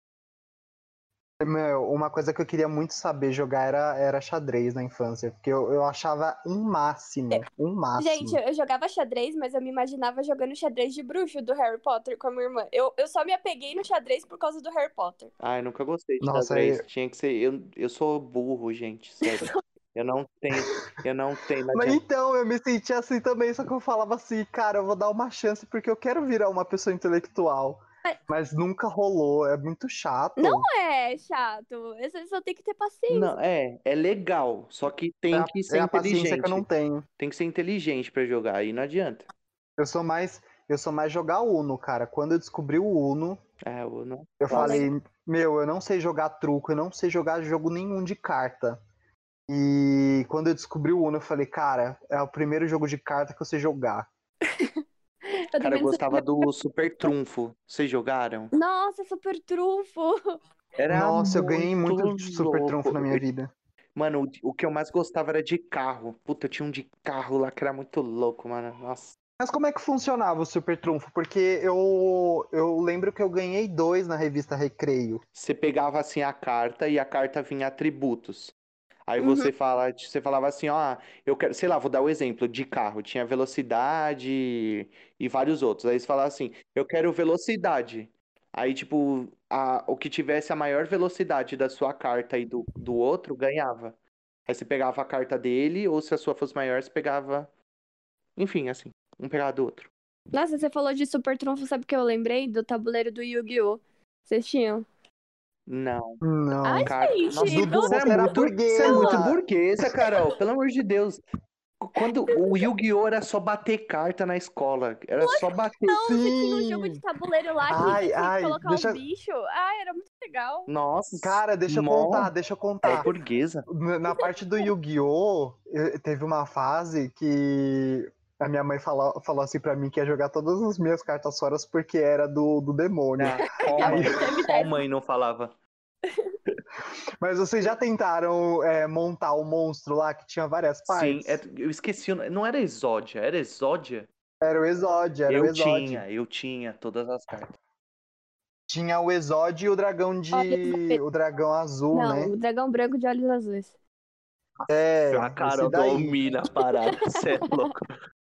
Meu, uma coisa que eu queria muito saber jogar era xadrez na infância. Porque eu achava um máximo. Um Gente, máximo. eu jogava xadrez, mas eu me imaginava jogando xadrez de bruxo do Harry Potter com a minha irmã. Eu só me apeguei no xadrez por causa do Harry Potter. Ai, nunca gostei de Nossa, xadrez. Tinha que ser. Eu sou burro, gente, sério. Eu não tenho. Eu não tenho. Não mas adianta. então, eu me sentia assim também, só que eu falava assim, cara, eu vou dar uma chance porque eu quero virar uma pessoa intelectual. Mas nunca rolou, é muito Não chato. é chato. Você só tem que ter Não, paciência. é legal, só que tem que É ser a paciência que eu não inteligente. tenho. Tem que ser inteligente pra jogar, aí não adianta. Eu sou mais jogar Uno, cara. Quando eu descobri o Uno, É, eu não. eu Não, Nossa. falei, meu, eu não sei jogar truco, eu não sei jogar jogo nenhum de carta. E quando eu descobri o Uno, eu falei, cara, é o primeiro jogo de carta que eu sei jogar. eu Cara, eu também não sei. gostava do Super Trunfo. Vocês jogaram? Nossa, super trufo. Era Nossa, eu ganhei muito muito super trunfo na louco. minha vida. Mano, o que eu mais gostava era de carro. Puta, tinha um de carro lá que era muito louco, mano. Nossa. Mas como é que funcionava o super trunfo? Porque eu lembro que eu ganhei 2 na revista Recreio. Você pegava assim a carta e a carta vinha atributos. Aí Uhum. você falava assim, ó, eu quero, sei lá, vou dar o exemplo de carro, tinha velocidade e vários outros. Aí você falava assim, eu quero velocidade. Aí, tipo, o que tivesse a maior velocidade da sua carta e do outro ganhava. Aí você pegava a carta dele, ou se a sua fosse maior, você pegava. Enfim, assim, um pegava do outro. Nossa, você falou de super trunfo, sabe o que eu lembrei? Do tabuleiro do Yu-Gi-Oh! Vocês tinham? Não. Ai, Não. Cara, nossa, gente, Dudu, pelo... você era você é muito burguesa! burguesa, Carol, pelo amor de Deus. Quando o Yu-Gi-Oh! Era só bater carta na escola. Era só bater. Não, você tinha um jogo de Sim! tabuleiro lá que você Ai, tinha que ai, colocar os deixa. bichos. Ai, era muito legal. Nossa, Cara, deixa eu mó, contar, deixa eu mó contar. burguesa. Na parte do Yu-Gi-Oh! Teve uma fase que a minha mãe falou assim pra mim que ia jogar todas as minhas cartas fora porque era do demônio. Ah, qual Minha Aí, mãe mãe? teve Qual dessa. mãe não falava? mas vocês já tentaram montar o monstro lá que tinha várias Sim, partes? eu esqueci. Não era Exódia, era Exódia? Era o Exódio, era o Exódio. Eu tinha todas as cartas. Tinha o Exódio e o dragão Olhos de. O dragão azul, Não, né? o dragão branco de olhos azuis. A Esse Carol daí. domina a parada, você é louco.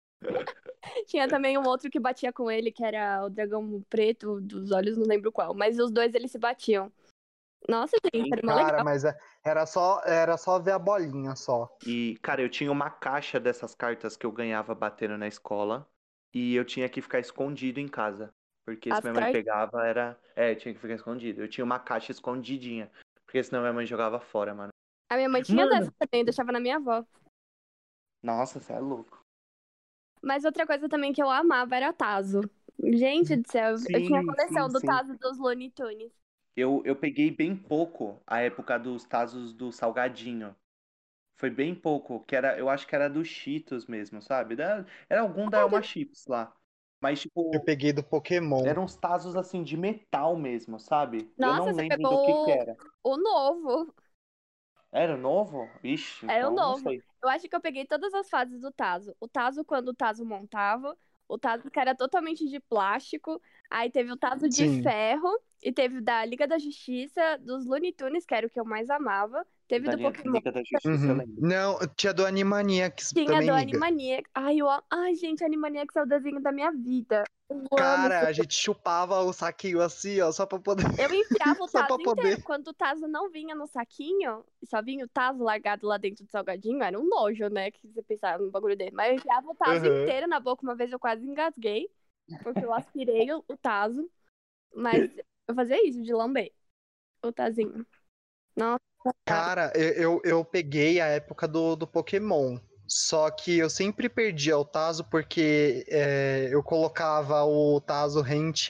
Tinha também um outro que batia com ele, que era o dragão preto dos olhos, não lembro qual. Mas os dois, eles se batiam. Nossa, gente, era mó Cara, legal. mas era só ver a bolinha só. E, cara, eu tinha uma caixa dessas cartas que eu ganhava batendo na escola. E eu tinha que ficar escondido em casa. Porque se As minha mãe cartas. pegava, era. É, eu tinha que ficar escondido. Eu tinha uma caixa escondidinha. Porque senão minha mãe jogava fora, mano. A minha mãe tinha Mano! dessa também, deixava na minha avó. Nossa, você é louco. Mas outra coisa também que eu amava era Tazo. Gente do céu, eu tinha a Sim, sim, coleção do sim. Tazo dos Looney Tunes. Eu peguei bem pouco a época dos Tazos do Salgadinho. Foi bem pouco, que era, eu acho que era do Cheetos mesmo, sabe? Era algum da Elma Chips lá. Mas, Eu tipo, peguei do Pokémon. eram uns Tazos assim de metal mesmo, sabe? Eu Nossa, não você lembro do que pegou era. o novo. Era o novo? Ixi, É o então não novo. sei. Eu acho que eu peguei todas as fases do Tazo. O Tazo quando o Tazo montava, o Tazo que era totalmente de plástico, aí teve o Tazo de Sim. ferro, e teve da Liga da Justiça, dos Looney Tunes, que era o que eu mais amava, teve Da do Pokémon. Liga da Justiça, eu Uhum. lembro. Não, tinha do Animaniacs Tinha do também, miga. Animaniacs. Ai, gente, Animaniacs é o desenho da minha vida. Eu amo esse. Cara, a gente chupava o saquinho assim, ó, só pra poder. Eu enfiava o Só pra tazo inteiro. poder. Quando o tazo não vinha no saquinho, só vinha o tazo largado lá dentro do salgadinho, era um nojo, né? Que você pensava no bagulho dele. Mas eu enfiava o tazo Aham. inteiro na boca. Uma vez eu quase engasguei, porque eu aspirei o tazo. Mas eu fazia isso, de lamber o tazinho. Nossa, Cara, eu peguei a época do Pokémon. Só que eu sempre perdia o Tazo porque eu colocava o Tazo rente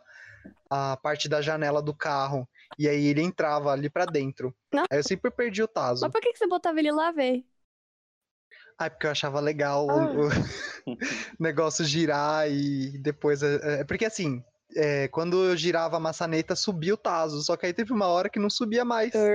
à parte da janela do carro. E aí ele entrava ali pra dentro. não. Aí eu sempre perdi o Mas Tazo. por que você botava ele lá, ver? Ah, porque eu achava legal o Ah, negócio girar e depois. Porque assim, quando eu girava a maçaneta, subia o Tazo. Só que aí teve uma hora que não subia mais.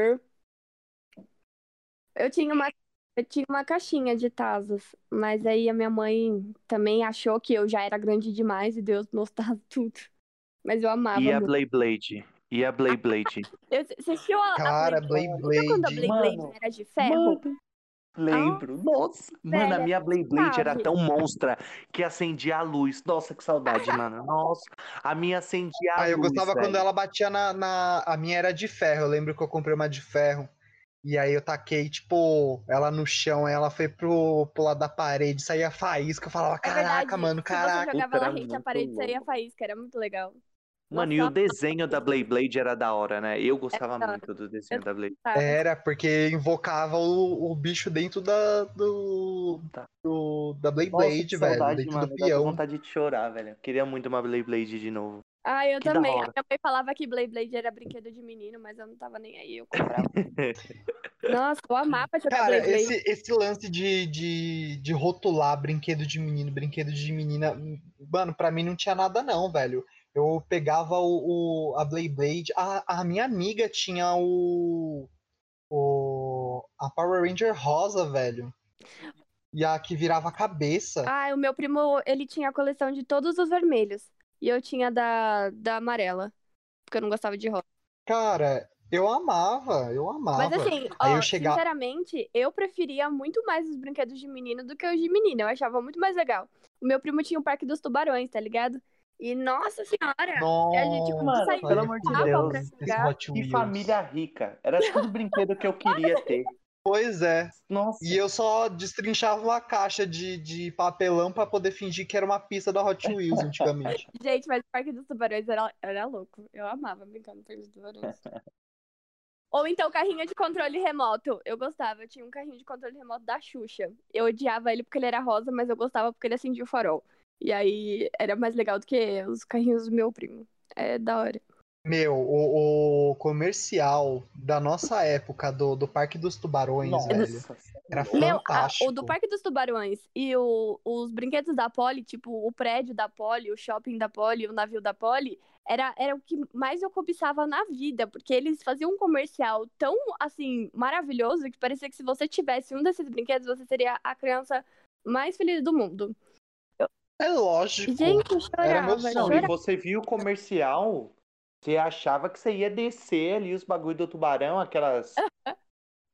eu tinha uma. Eu tinha uma caixinha de tazos, mas aí a minha mãe também achou que eu já era grande demais e deu os meus tazos tudo. Mas eu amava E a muito. Beyblade? E a Beyblade? Você assistiu a Cara, Beyblade? Lembra quando a Beyblade. Beyblade Mano, era de ferro? mano. Ah, Lembro. Nossa. Mano, a velho, minha era Beyblade era chave. tão monstra que acendia a luz. Nossa, que saudade, mano. Nossa. A minha acendia a Ah, eu luz, gostava quando velho. ela batia A minha era de ferro. Eu lembro que eu comprei uma de ferro. E aí eu taquei, tipo, ela no chão. Aí ela foi pro lado da parede. Saía faísca. Eu falava, É caraca, verdade, mano, se você caraca. jogava Puta, ela era rente à muito parede, saía louco. faísca, era muito legal. Mano, e Nossa, o desenho da Beyblade era da hora, né? Eu era gostava da hora. muito do Eu desenho da também Beyblade. gostava. Era, porque invocava o bicho dentro Tá. da Nossa, que Beyblade, velho. saudade, Dentro do mano. Dá até peão. vontade de chorar, velho. Eu queria muito uma Beyblade de novo. Ah, eu Que da também. A hora. minha mãe falava que Beyblade era brinquedo de menino, mas eu não tava nem aí, eu comprava. Nossa, eu amava jogar Cara, Beyblade. esse lance de rotular brinquedo de menino, brinquedo de menina, mano, pra mim não tinha nada não, velho. Eu pegava a Beyblade, a minha amiga tinha a Power Ranger rosa, velho, e a que virava a cabeça. Ah, o meu primo, ele tinha a coleção de todos os vermelhos. E eu tinha da amarela, porque eu não gostava de rosa. Cara, eu amava, eu Mas amava. assim, Aí eu ó, chegava, sinceramente, eu preferia muito mais os brinquedos de menino do que os de menina. Eu achava muito mais legal. O meu primo tinha o Parque dos Tubarões, tá ligado? E, nossa senhora, a gente quando nossa, Mano, saía pelo aí amor de tava fudeu pra Deus. esse jogar. Hot Que Wheels. família rica. Era tudo brinquedo que eu queria ter. Pois é. E Nossa. eu só destrinchava uma caixa de papelão pra poder fingir que era uma pista da Hot Wheels antigamente. Gente, mas o Parque dos Tubarões era louco. Eu amava brincar no Parque dos Tubarões. Ou então carrinho de controle remoto. Eu gostava. Eu tinha um carrinho de controle remoto da Xuxa. Eu odiava ele porque ele era rosa, mas eu gostava porque ele acendia o farol. E aí era mais legal do que os carrinhos do meu primo. É da hora. Meu, o comercial da nossa época do Parque dos Tubarões, velho, Nossa, cê é era louco. Meu, o do fantástico. Parque dos Tubarões e os brinquedos da Poli, tipo o prédio da Poli, o shopping da Poli, o navio da Poli, era o que mais eu cobiçava na vida, porque eles faziam um comercial tão, assim, maravilhoso que parecia que se você tivesse um desses brinquedos, você seria a criança mais feliz do mundo. É lógico, Gente, eu era meu chorava, Não, e sonho. chorava. você viu o comercial, você achava que você ia descer ali os bagulho do tubarão, aquelas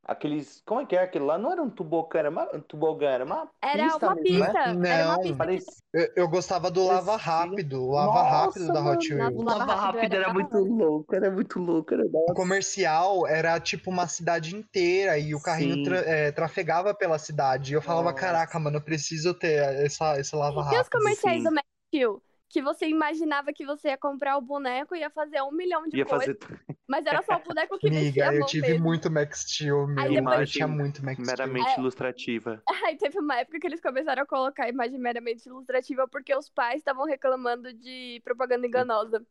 Aqueles. Como é que é aquilo lá? Não era um tobogã, era uma Era pista uma mesmo, né? pista. Era uma Não, pista que Parecia. eu gostava do Lava Rápido. O Lava Rápido Nossa, da Hot mano. Nossa, Wheels. o Lava Rápido era da hora. louco, era muito louco. Era... O Nossa. comercial era tipo uma cidade inteira e o carrinho Sim. trafegava pela cidade. E eu falava, Nossa. caraca, mano, eu preciso ter esse Lava E os Rápido. comerciais Sim. do Max Steel? Que você imaginava que você ia comprar o boneco e ia fazer 1 milhão de Ia coisas, fazer mas era só o boneco que mexia Miga, a eu mão tive mesmo. muito Max Steel, meu. Aí depois- Eu tinha imagem muito Max Steel. meramente ilustrativa. Aí teve uma época que eles começaram a colocar imagem meramente ilustrativa porque os pais estavam reclamando de propaganda enganosa.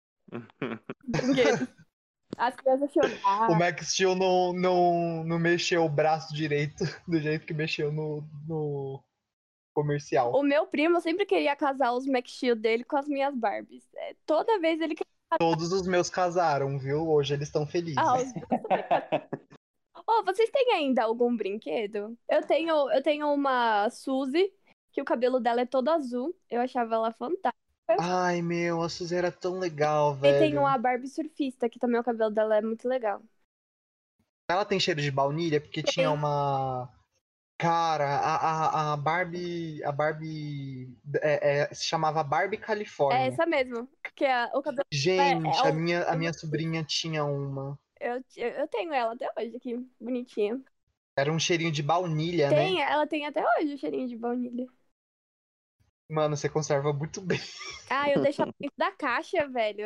Brinquedos. As crianças O choravam. Max Steel não mexeu o braço direito do jeito que mexeu no comercial. O meu primo sempre queria casar os Max Steel dele com as minhas Barbies. Toda vez ele queria. Todos os meus casaram, viu? Hoje eles estão felizes. Ah, os meus também. Oh, vocês têm ainda algum brinquedo? Eu tenho uma Suzy, que o cabelo dela é todo azul. Eu achava ela fantástica. Ai, meu, a Suzy era tão legal, E velho. tem uma Barbie surfista, que também o cabelo dela é muito legal. Ela tem cheiro de baunilha porque tinha uma. Cara, a Barbie. A Barbie. Se chamava Barbie É Califórnia. essa mesmo. Que o cabelo Gente, é a um- minha sobrinha tinha uma. eu tenho ela até hoje aqui, bonitinha. Era um cheirinho de baunilha, né? Ela tem até hoje o cheirinho de baunilha. Mano, você conserva muito bem. Ah, eu deixo ela dentro da caixa, velho.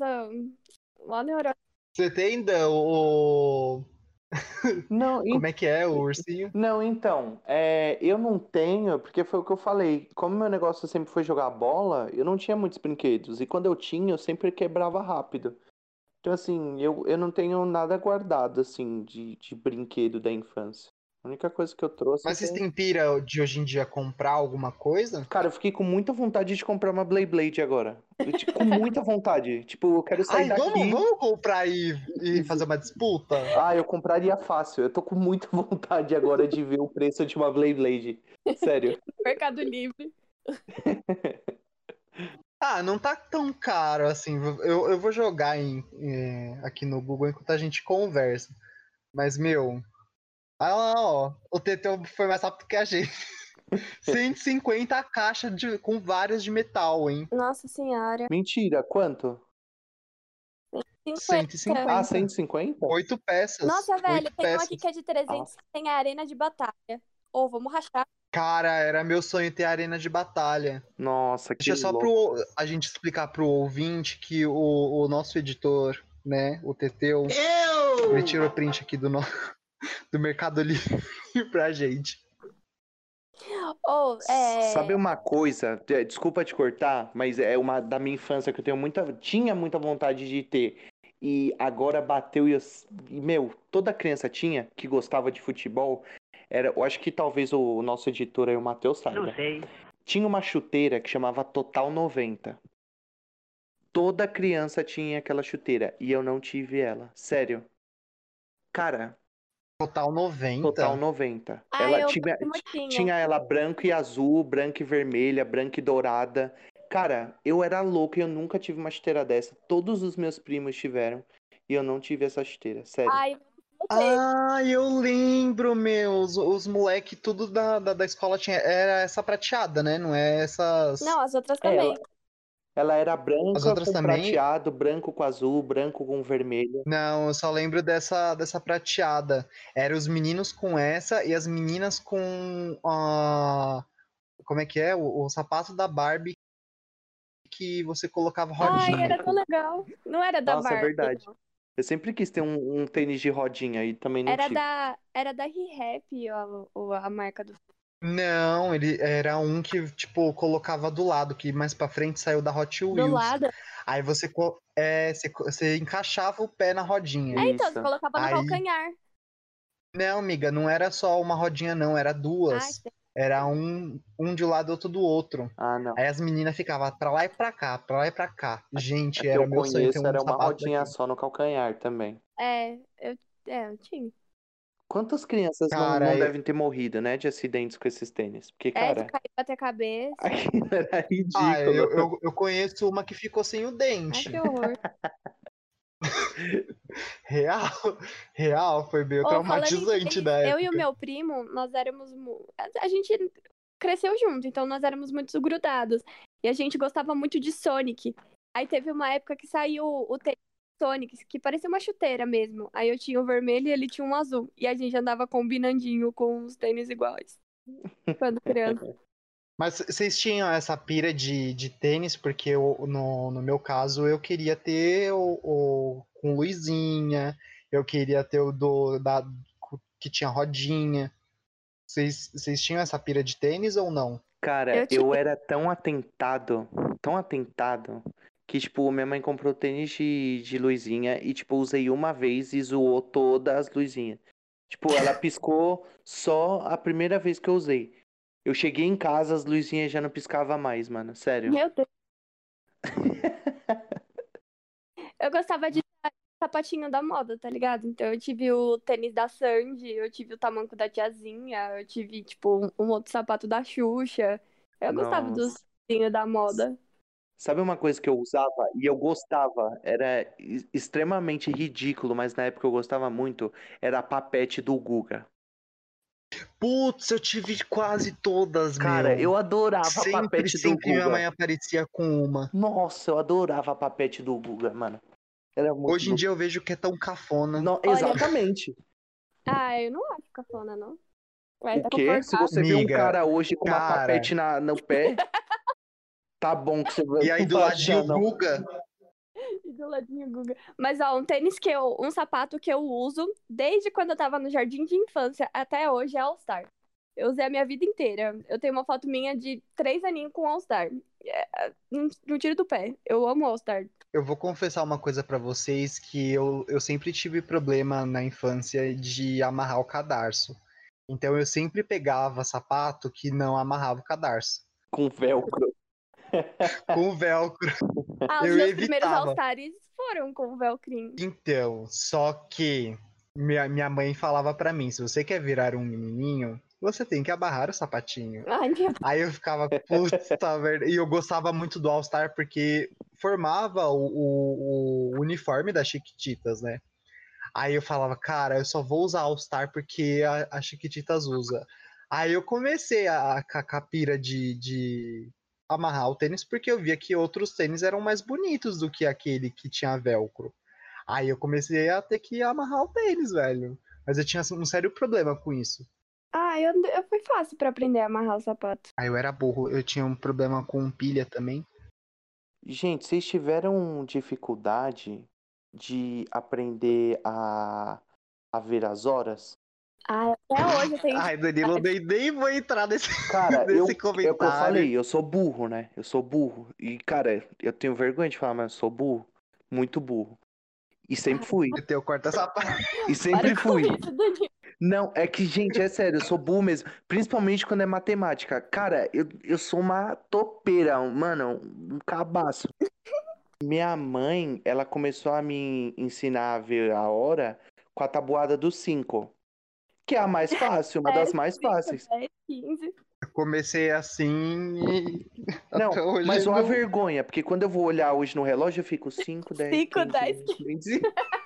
Mó neurônio. Você tem ainda o. Não, Como é que é o ursinho? Não, então, eu não tenho, porque foi o que eu falei. Como meu negócio sempre foi jogar bola, eu não tinha muitos brinquedos. E quando eu tinha, eu sempre quebrava rápido. Então, assim, eu não tenho nada guardado, assim, de brinquedo da infância. A única coisa que eu trouxe Mas vocês foi... têm pira de hoje em dia comprar alguma coisa? Cara, eu fiquei com muita vontade de comprar uma Beyblade agora. Com muita vontade. Tipo, eu quero sair Ai, daqui. vamos comprar e fazer uma disputa? Ah, eu compraria fácil. Eu tô com muita vontade agora de ver o preço de uma Beyblade. Sério. Mercado Livre. Ah, não tá tão caro assim. Eu vou jogar aqui no Google enquanto a gente conversa. Mas, meu. Olha lá, ó. O Teteu foi mais rápido que a gente. 150 a caixa com várias de metal, hein? Nossa senhora. Mentira, quanto? 150. Ah, 150? 8 peças. Nossa, velho, 8 tem um peças. aqui que é de 300 que tem a arena de batalha. Ô, vamos rachar. Cara, era meu sonho ter a arena de batalha. Nossa, que Deixa só louco. a gente explicar pro ouvinte que o nosso editor, né, o Teteu, ele tirou print aqui do Mercado Livre pra gente. Ô, Sabe uma coisa? Desculpa te cortar, mas é uma da minha infância que eu tinha muita vontade de ter. E agora bateu meu, toda criança tinha que gostava de futebol. Eu acho que talvez o nosso editor aí, o Matheus, saiba. Não sei. Tinha uma chuteira que chamava Total 90. Toda criança tinha aquela chuteira e eu não tive ela. Sério. Cara, Total 90. Total 90. Ah, Ela eu tinha tinha. ela branco e azul, branca e vermelha, branca e dourada. Cara, eu era louco e eu nunca tive uma chuteira dessa. Todos os meus primos tiveram e eu não tive essa chuteira, sério. Ai, Ah, eu lembro, meu. Os moleque tudo da escola era essa prateada, né? Não é essas. não, as outras É, também. Ela era As branca outras com também? prateado, branco com azul, branco com vermelho. Não, eu só lembro dessa prateada. Era os meninos com essa e as meninas com a. Como é que é? O sapato da Barbie que você colocava rodinha. Ai, era tão legal. Não era da Nossa, é Barbie. verdade. Eu sempre quis ter um tênis de rodinha e também não Era tive. era da Re-Rap, a marca do. Não, ele era um que, tipo, colocava do lado, que mais pra frente saiu da Hot Do Wheels. lado. Aí você encaixava o pé na rodinha. Então, Isso. você colocava no Aí- calcanhar. Não, amiga, não era só uma rodinha, não, era Ai, duas. Era um de um lado, outro do outro. Ah, não. Aí as meninas ficavam pra lá e pra cá, pra lá e pra cá. Gente, A que era eu meu sonho ter conheço um era uma sapato rodinha daquele. só no calcanhar também. eu tinha. Quantas crianças Cara, não devem ter morrido, né, de acidentes com esses tênis? Porque, De cara, cair, bater a cabeça. aquilo era Ah, ridículo. eu conheço uma que ficou sem o Ai, dente. que horror. Real, real, foi meio Ô, falando em traumatizante tênis, da eu e o época. meu primo, nós éramos. A gente cresceu junto, então nós éramos muito grudados. E a gente gostava muito de Sonic. Aí teve uma época que saiu o tênis Sonic, que parecia uma chuteira mesmo. Aí eu tinha o vermelho e ele tinha um azul. E a gente andava combinandinho com os tênis iguais. Quando criança. Mas vocês tinham essa pira de tênis, porque no meu caso eu queria ter o com luzinha, eu queria ter que tinha rodinha. Vocês tinham essa pira de tênis ou não? Cara, Eu tinha. eu era tão atentado, que, tipo, minha mãe comprou tênis de luzinha e, tipo, usei uma vez e zoou todas as luzinhas. Tipo, ela piscou só a primeira vez que eu usei. Eu cheguei em casa, as luzinhas já não piscavam mais, mano. Sério. Meu Deus. Eu gostava de sapatinho da moda, tá ligado? Então eu tive o tênis da Sandy, eu tive o tamanco da tiazinha, eu tive, tipo, um outro sapato da Xuxa. Eu gostava dos Nossa. sapatinhos da moda. Sabe uma coisa que eu usava e eu gostava? Era extremamente ridículo, mas na época eu gostava muito. Era a papete do Guga. Putz, eu tive quase todas, Cara, meu. eu adorava a Sempre, papete do sempre minha Guga. mãe aparecia com uma. Nossa, eu adorava a papete do Guga, mano. Era muito Hoje em bom. dia eu vejo que é tão cafona. Olha, Exatamente. eu não acho cafona, não. Vai, O tá quê? Se confortável. você vê um Miga, cara hoje com uma cara. papete no pé, tá bom que você E aí não do vai ladinho achar, não. Guga. E do ladinho, Guga. Mas, ó, um sapato que eu uso desde quando eu tava no jardim de infância até hoje é All Star. Eu usei a minha vida inteira. Eu tenho uma foto minha de 3 aninhos com All Star. Não tiro do pé. Eu amo All Star. Eu vou confessar uma coisa pra vocês que eu sempre tive problema na infância de amarrar o cadarço. Então eu sempre pegava sapato que não amarrava o cadarço. Com velcro. Com velcro, Ah, os eu meus primeiros All evitava. Stars foram com velcrinho. Então, só que minha mãe falava pra mim, se você quer virar um menininho, você tem que amarrar o sapatinho. Ai, meu Aí eu ficava, puta merda. E eu gostava muito do All Star porque formava o uniforme das Chiquititas, né? Aí eu falava, cara, eu só vou usar All Star porque a Chiquititas usa. Aí eu comecei a capira de amarrar o tênis porque eu via que outros tênis eram mais bonitos do que aquele que tinha velcro. Aí eu comecei a ter que amarrar o tênis, velho. Mas eu tinha um sério problema com isso. eu fui fácil pra aprender a amarrar o sapato. Aí eu era burro, eu tinha um problema com pilha também. Gente, vocês tiveram dificuldade de aprender a ver as horas? Até hoje eu tenho Ai, Danilo, dificuldade. nem vou entrar nesse, Cara, nesse é o que eu comentário. falei, eu sou burro, né? Eu sou burro. E, cara, eu tenho vergonha de falar, mas eu sou burro. Muito burro. E sempre fui. Eu corta essa parte. E sempre Para com fui. isso, Danilo. Não, é que, gente, é sério, eu sou burro mesmo. Principalmente quando é matemática. Cara, eu sou uma topeira, mano, um cabaço. Minha mãe, ela começou a me ensinar a ver a hora com a tabuada dos 5, que é a mais fácil, uma das 10, mais 5, fáceis. 10, 15. Eu comecei assim e Não, até hoje mas uma não. vergonha, porque quando eu vou olhar hoje no relógio, eu fico 5, 10, 5, 15, 10, 20.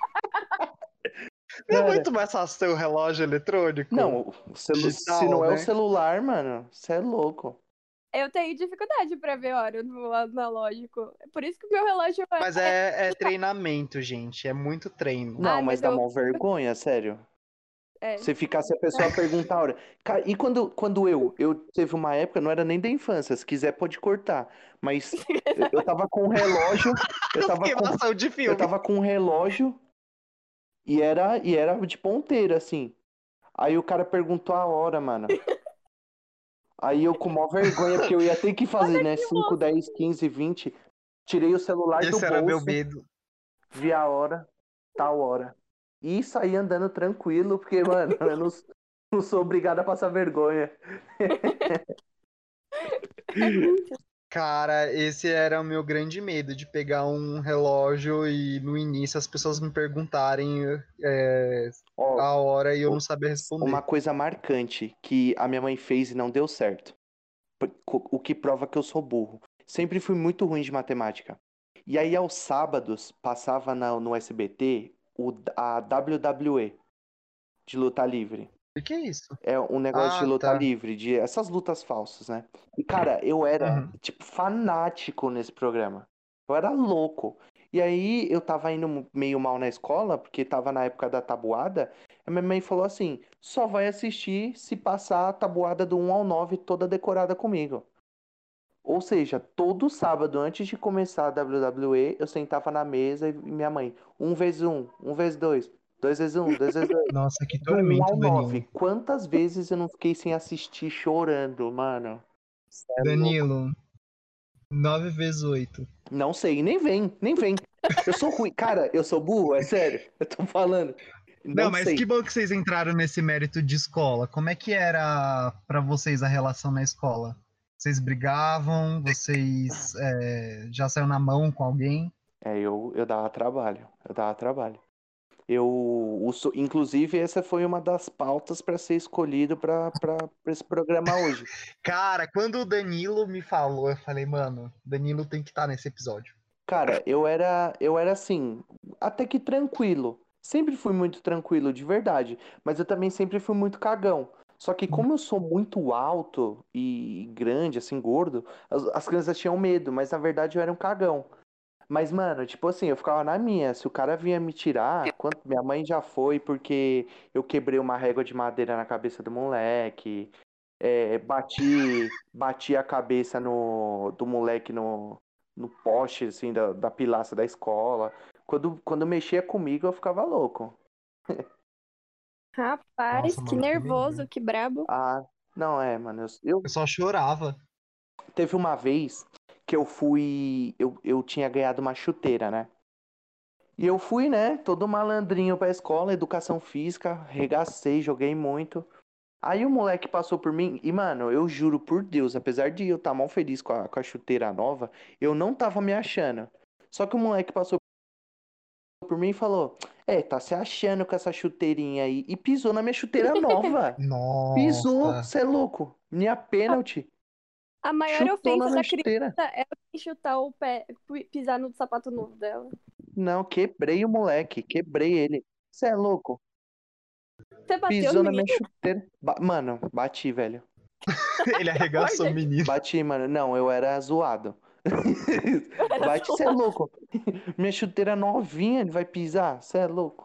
Não é Cara, muito mais fácil ter um relógio eletrônico? não, se Digital, não é o né? celular, mano, você é louco. Eu tenho dificuldade pra ver hora no analógico. Por isso que o meu relógio Mas é treinamento, gente. É muito treino. Não, Ai, mas mas dá eu. mó vergonha, sério. É. Você ficar, se a pessoa perguntar a hora. Cara, e quando eu teve uma época, não era nem da infância, se quiser pode cortar. Mas eu tava com um relógio, eu tava com, Queimação de eu filme. tava com um relógio e era de ponteira, assim. Aí o cara perguntou a hora, mano. Aí eu com maior vergonha, porque eu ia ter que fazer, Olha né? que 5, louco. 10, 15, 20. Tirei o celular do Esse era meu bolso, medo. vi a hora, tal hora. E saí andando tranquilo, porque, mano, eu não sou obrigado a passar vergonha. Cara, esse era o meu grande medo, de pegar um relógio e no início as pessoas me perguntarem Ó, a hora e eu não o- saber uma responder. coisa marcante que a minha mãe fez e não deu certo. O que prova que eu sou burro. Sempre fui muito ruim de matemática. E aí, aos sábados, passava no SBT a WWE de luta livre. O que é isso? É um negócio de Ah, luta tá. livre, de essas lutas falsas, né? E, cara, eu era, Uhum. tipo, fanático nesse programa. Eu era louco. E aí, eu tava indo meio mal na escola, porque tava na época da tabuada. A minha mãe falou assim: só vai assistir se passar a tabuada do 1 ao 9 toda decorada comigo. Ou seja, todo sábado, antes de começar a WWE, eu sentava na mesa e minha mãe, 1 vezes 1, 1 vezes 2, 2 vezes 1, 2 vezes 2. Nossa, que Do 1 tormento, ao 9. Danilo. Quantas vezes eu não fiquei sem assistir chorando, mano? Cê é louco. Danilo, 9 vezes 8. Não sei, nem vem, nem vem. Eu sou ruim. Cara, eu sou burro, é sério. Eu tô falando. Não, Não mas que sei. bom que vocês entraram nesse mérito de escola. Como é que era pra vocês a relação na escola? Vocês brigavam? Vocês já saiu na mão com alguém? Eu dava trabalho. Eu dava trabalho. Inclusive, essa foi uma das pautas para ser escolhido para esse programa hoje. Cara, quando o Danilo me falou, eu falei, mano, Danilo tem que estar nesse episódio. Cara, eu era assim, até que tranquilo. Sempre fui muito tranquilo, de verdade. Mas eu também sempre fui muito cagão. Só que como eu sou muito alto e grande, assim, gordo, as crianças tinham medo, mas na verdade eu era um cagão. Mas, mano, tipo assim, eu ficava na minha. Se o cara vinha me tirar, minha mãe já foi porque eu quebrei uma régua de madeira na cabeça do moleque. Bati a cabeça do moleque no poste, assim, da pilastra da escola. Quando mexia comigo, eu ficava louco. Rapaz, Nossa, que mano, que nervoso, vergonha. que brabo. Ah, não é, mano. Eu só chorava. Teve uma vez que eu fui. Eu tinha ganhado uma chuteira, né? E eu fui, né, todo malandrinho pra escola, educação física, regacei, joguei muito. Aí o moleque passou por mim e, mano, eu juro por Deus, apesar de eu estar mal feliz com a chuteira nova, eu não tava me achando. Só que o moleque passou por mim e falou: tá se achando com essa chuteirinha aí. E pisou na minha chuteira nova. Pisou, Nossa. cê é louco. Minha pênalti. A maior Chutou na ofensa minha da criança chuteira. é alguém chutar o pé, pisar no sapato novo dela. Não, quebrei o moleque, quebrei ele. Cê é louco. Você bateu no Pisou na minha menino? chuteira. Mano, bati, velho. Ele arregaçou o Olha, menino. Bati, mano. Não, eu era zoado. era Bate, cê é zoado. louco. Minha chuteira novinha, ele vai pisar? Cê é louco.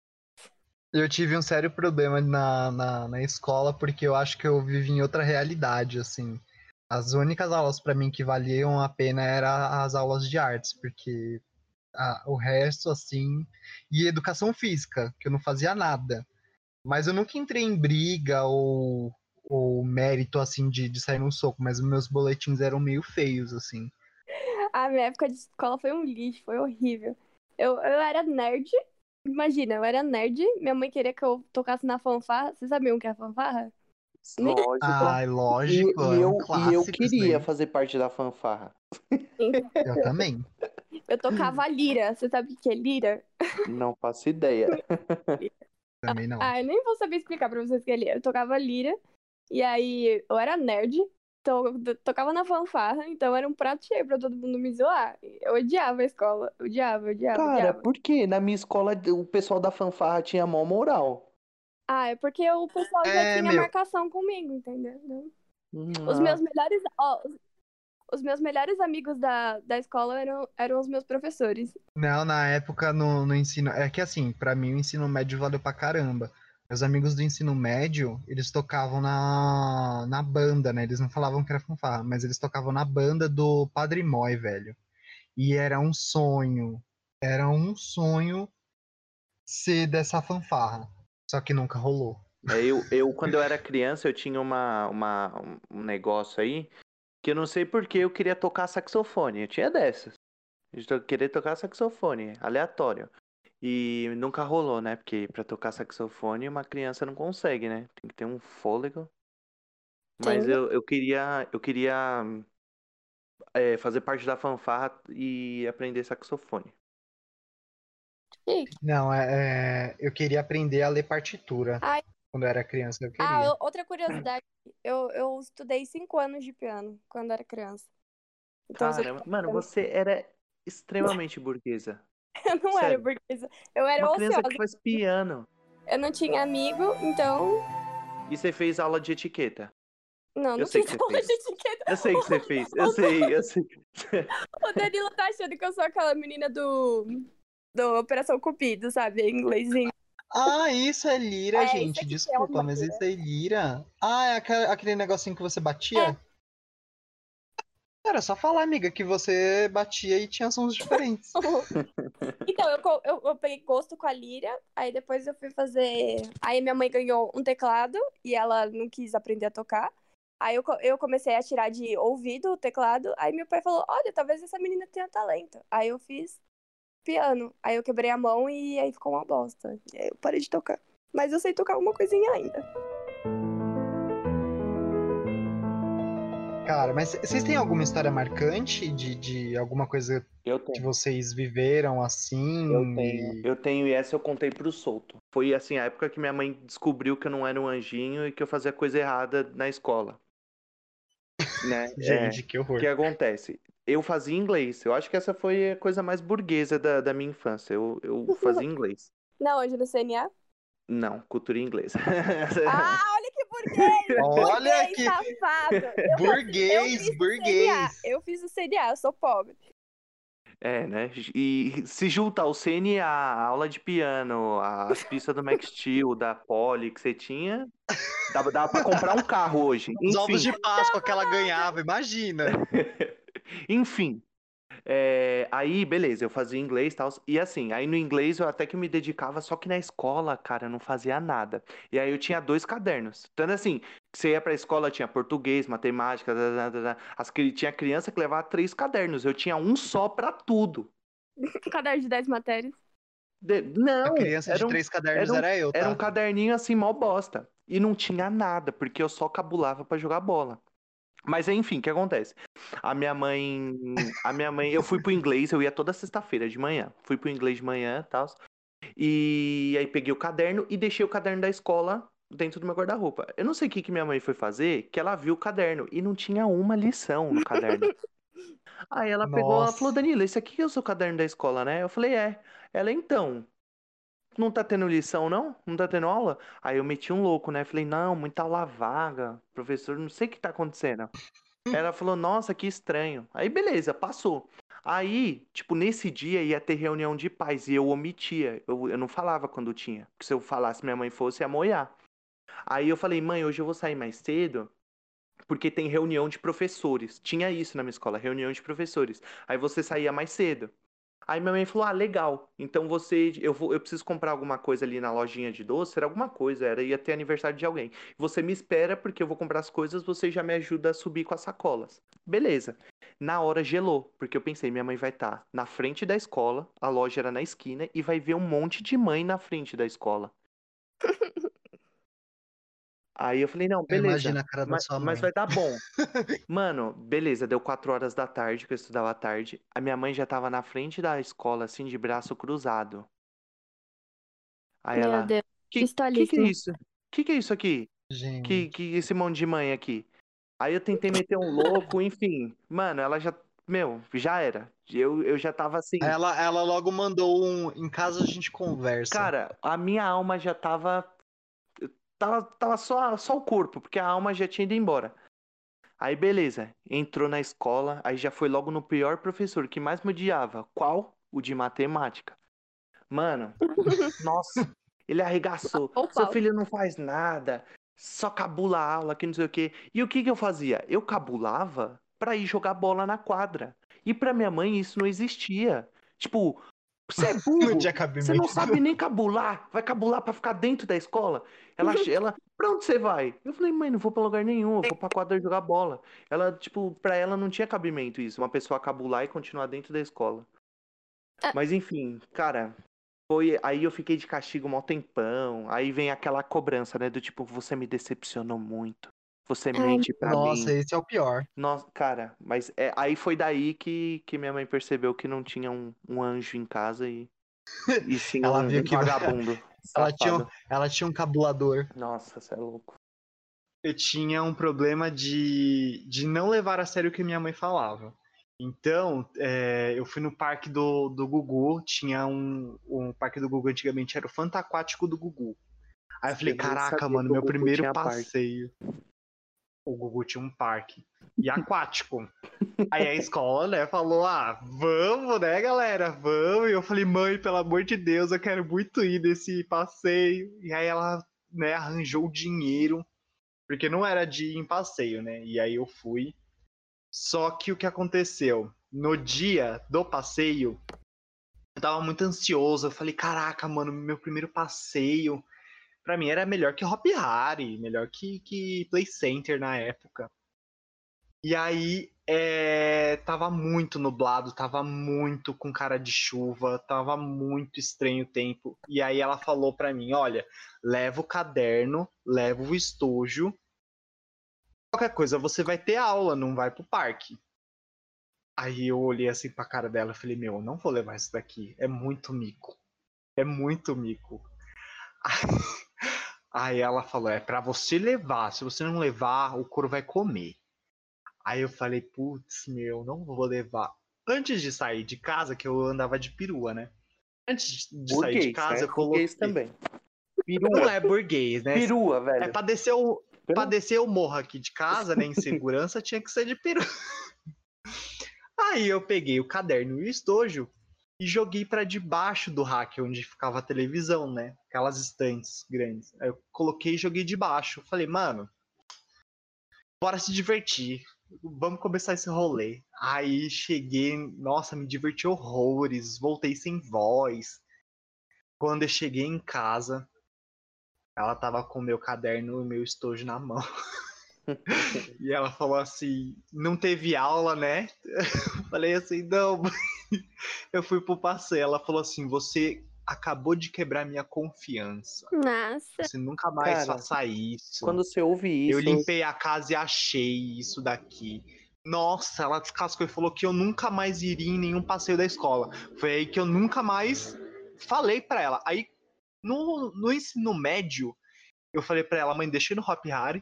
Eu tive um sério problema na escola porque eu acho que eu vivi em outra realidade, assim. As únicas aulas pra mim que valiam a pena eram as aulas de artes, porque o resto, assim. E educação física, que eu não fazia nada. Mas eu nunca entrei em briga ou mérito, assim, de sair num soco, mas os meus boletins eram meio feios, assim. A minha época de escola foi um lixo, foi horrível. Eu era nerd. Imagina, eu era nerd. Minha mãe queria que eu tocasse na fanfarra. Vocês sabiam o que é fanfarra? Nem Lógico. Ai, E, lógico, e é um eu, e eu clássico isso queria daí. fazer parte da fanfarra. então. Eu também. Eu tocava lira. Você sabe o que é lira? Não faço ideia. Também não. Ah, eu nem vou saber explicar pra vocês o que é lira. Eu tocava lira. E aí, eu era nerd. Então, eu tocava na fanfarra. Então, era um prato cheio pra todo mundo me zoar. Eu odiava a escola. Odiava, odiava, Cara, odiava. por quê? Na minha escola, o pessoal da fanfarra tinha mó moral. Ah, é porque o pessoal já É, tinha meu. marcação comigo, entendeu? Os Não. meus melhores, ó, os meus melhores amigos da escola eram os meus professores. Não, na época no ensino. É que assim, pra mim o ensino médio valeu pra caramba. Meus amigos do ensino médio, eles tocavam na banda, né? Eles não falavam que era fanfarra, mas eles tocavam na banda do Padre Mói, velho. E era um sonho ser dessa fanfarra. Só que nunca rolou. Quando eu era criança, eu tinha um negócio aí que eu não sei por que eu queria tocar saxofone. Eu tinha dessas. Querer tocar saxofone, aleatório. E nunca rolou, né? Porque pra tocar saxofone uma criança não consegue, né? Tem que ter um fôlego. Mas Sim. eu queria fazer parte da fanfarra e aprender saxofone. Chique. Não, eu queria aprender a ler partitura. Ai, Quando eu era criança, eu queria. outra curiosidade. Eu estudei 5 anos de piano quando era criança. Então, eu sei Caramba, mano, tocar piano. você era extremamente burguesa. Eu não era Sério. burguesa. Eu era Uma criança ociosa. que faz piano. Eu não tinha amigo, então. E você fez aula de etiqueta. Não, Eu não sei fiz que você aula fez. de etiqueta. Eu sei que você fez. Eu sei. O Danilo tá achando que eu sou aquela menina do Operação Cupido, sabe? Em inglesinho. Ah, isso é lira, É, isso gente. aqui é Desculpa, uma mas lira. isso é lira. Ah, é aquele negocinho que você batia? Era só falar, amiga, que você batia e tinha sons diferentes. Então, eu peguei gosto com a lira, aí depois eu fui fazer. Aí minha mãe ganhou um teclado e ela não quis aprender a tocar. Aí eu comecei a tirar de ouvido o teclado, aí meu pai falou: Olha, talvez essa menina tenha talento. Aí eu fiz piano. Aí eu quebrei a mão e aí ficou uma bosta. E aí eu parei de tocar. Mas eu sei tocar uma coisinha ainda. Cara, mas vocês têm alguma história marcante de alguma coisa Eu que tenho. vocês viveram assim? Eu tenho, e essa eu contei pro Souto. Foi assim, a época que minha mãe descobriu que eu não era um anjinho e que eu fazia coisa errada na escola. Né? Gente, que O horror. que acontece? Eu fazia inglês. Eu acho que essa foi a coisa mais burguesa da minha infância. Eu fazia inglês. Não, onde no CNA? Não, cultura inglesa. Ah, olha que burguês! Olha Burguês, que safado! Eu burguês, fiz o CNA. burguês. Eu fiz o CNA, eu sou pobre. É, né? E se juntar o CNA, a aula de piano, as pistas do Max Steel, da Poli que você tinha, dava pra comprar um carro hoje. Os ovos Enfim. de Páscoa que ela ganhava, imagina. Enfim. Aí, beleza, eu fazia inglês e tal. E assim, aí no inglês eu até que me dedicava, só que na escola, cara, eu não fazia nada. E aí eu tinha 2 cadernos. Então, assim, você ia pra escola, tinha português, matemática, tinha criança que levava 3 cadernos. Eu tinha um só pra tudo. Um caderno de 10 matérias. A Não, criança de 3 cadernos era um, era eu, era um tá? caderninho assim, mó bosta. E não tinha nada, porque eu só cabulava pra jogar bola. Mas enfim, o que acontece? Eu fui pro inglês, eu ia toda sexta-feira de manhã. Fui pro inglês de manhã e tal. E aí peguei o caderno e deixei o caderno da escola dentro do meu guarda-roupa. Eu não sei o que minha mãe foi fazer, que ela viu o caderno e não tinha uma lição no caderno. Aí ela pegou, ela falou: Nossa. Danila, esse aqui é o seu caderno da escola, né? Eu falei: é. Ela, então, não tá tendo lição, não? Não tá tendo aula? Aí eu meti um louco, né? Falei: não, muita aula vaga. Professor, não sei o que tá acontecendo. Ela falou, nossa, que estranho. Aí, beleza, passou. Aí, tipo, nesse dia ia ter reunião de pais e eu omitia. Eu não falava quando tinha. Porque se eu falasse, minha mãe fosse, ia moiar. Aí eu falei, mãe, hoje eu vou sair mais cedo porque tem reunião de professores. Tinha isso na minha escola, reunião de professores. Aí você saía mais cedo. Aí minha mãe falou: Ah, legal. Então eu preciso comprar alguma coisa ali na lojinha de doce, era alguma coisa, ia ter aniversário de alguém. Você me espera porque eu vou comprar as coisas, você já me ajuda a subir com as sacolas. Beleza. Na hora gelou, porque eu pensei, minha mãe vai estar na frente da escola, a loja era na esquina e vai ver um monte de mãe na frente da escola. Aí eu falei, não, Eu beleza, imagino a cara da sua mas mãe. vai dar bom. Mano, beleza, deu 4 horas da tarde, que eu estudava à tarde. A minha mãe já tava na frente da escola, assim, de braço cruzado. Aí Meu ela, Deus. que é Pistolismo. isso? Que é isso aqui? Gente. Que esse monte de mãe aqui? Aí eu tentei meter um louco, enfim. Mano, ela já, meu, já era. Eu já tava assim, Ela logo mandou um. Em casa a gente conversa. cara, a minha alma já tava só o corpo, porque a alma já tinha ido embora. Aí beleza, entrou na escola, aí já foi logo no pior professor que mais me odiava. Qual? O de matemática. Mano, nossa, ele arregaçou. Ou Seu pau. filho não faz nada, só cabula a aula, que não sei o quê. E o que que eu fazia? Eu cabulava pra ir jogar bola na quadra. E pra minha mãe isso não existia. Tipo, você é Não burro, tinha você não cabimento. sabe nem cabular, vai cabular pra ficar dentro da escola. Pra onde você vai? Eu falei, mãe, não vou pra lugar nenhum, eu vou pra quadra jogar bola. Ela, tipo, pra ela não tinha cabimento isso, uma pessoa cabular e continuar dentro da escola. Ah, Mas enfim, cara, aí eu fiquei de castigo um mó tempão. Aí vem aquela cobrança, né? Do tipo, você me decepcionou muito. Você ai, mente pra Nossa, mim. esse é o pior. Nossa, cara, mas aí foi daí que minha mãe percebeu que não tinha um anjo em casa e sim Ela viu um que vagabundo safado. ela tinha um cabulador. Nossa, você é louco. Eu tinha um problema de não levar a sério o que minha mãe falava. Então, eu fui no parque do Gugu, tinha um parque do Gugu antigamente, era o Fantaquático do Gugu. Aí eu falei, Eu nem caraca, sabia mano, que o meu Gugu primeiro tinha parque. passeio. O Gugu tinha um parque. E aquático. Aí a escola, né, falou, vamos, né, galera, vamos. E eu falei, mãe, pelo amor de Deus, eu quero muito ir nesse passeio. E aí ela, né, arranjou o dinheiro, porque não era de ir em passeio, né? E aí eu fui. Só que o que aconteceu? No dia do passeio, eu tava muito ansioso. Eu falei, caraca, mano, meu primeiro passeio. Pra mim era melhor que Hop Hari, melhor que Play Center na época. E aí, tava muito nublado, tava muito com cara de chuva, tava muito estranho o tempo. E aí ela falou pra mim, olha, leva o caderno, leva o estojo. Qualquer coisa, você vai ter aula, não vai pro parque. Aí eu olhei assim pra cara dela e falei, meu, eu não vou levar isso daqui. É muito mico. É muito mico. Aí ela falou, é pra você levar. Se você não levar, o couro vai comer. Aí eu falei, putz, meu, não vou levar. Antes de sair de casa, que eu andava de perua, né? Antes de sair de Burguês, casa, né? eu Burguês coloquei. também. Não Perua. é burguês, né? Perua, É velho. pra descer o, Pelo- pra descer o morro aqui de casa, né? Em segurança, tinha que ser de perua. Aí eu peguei o caderno e o estojo e joguei pra debaixo do rack, onde ficava a televisão, né? Aquelas estantes grandes. Aí eu coloquei e joguei debaixo. Falei, mano, bora se divertir. Vamos começar esse rolê. Aí cheguei, nossa, me diverti horrores, voltei sem voz. Quando eu cheguei em casa, ela tava com o meu caderno e o meu estojo na mão. E ela falou assim: não teve aula, né? Falei assim: não. Eu fui pro passeio. Ela falou assim: você acabou de quebrar minha confiança. Nossa. Você nunca mais Cara, faça isso. quando você ouve Eu isso, limpei a casa e achei isso daqui. Nossa, ela descascou e falou que eu nunca mais iria em nenhum passeio da escola. Foi aí que eu nunca mais falei pra ela. Aí, no ensino médio, eu falei pra ela, mãe, deixa eu ir no Hop Hari.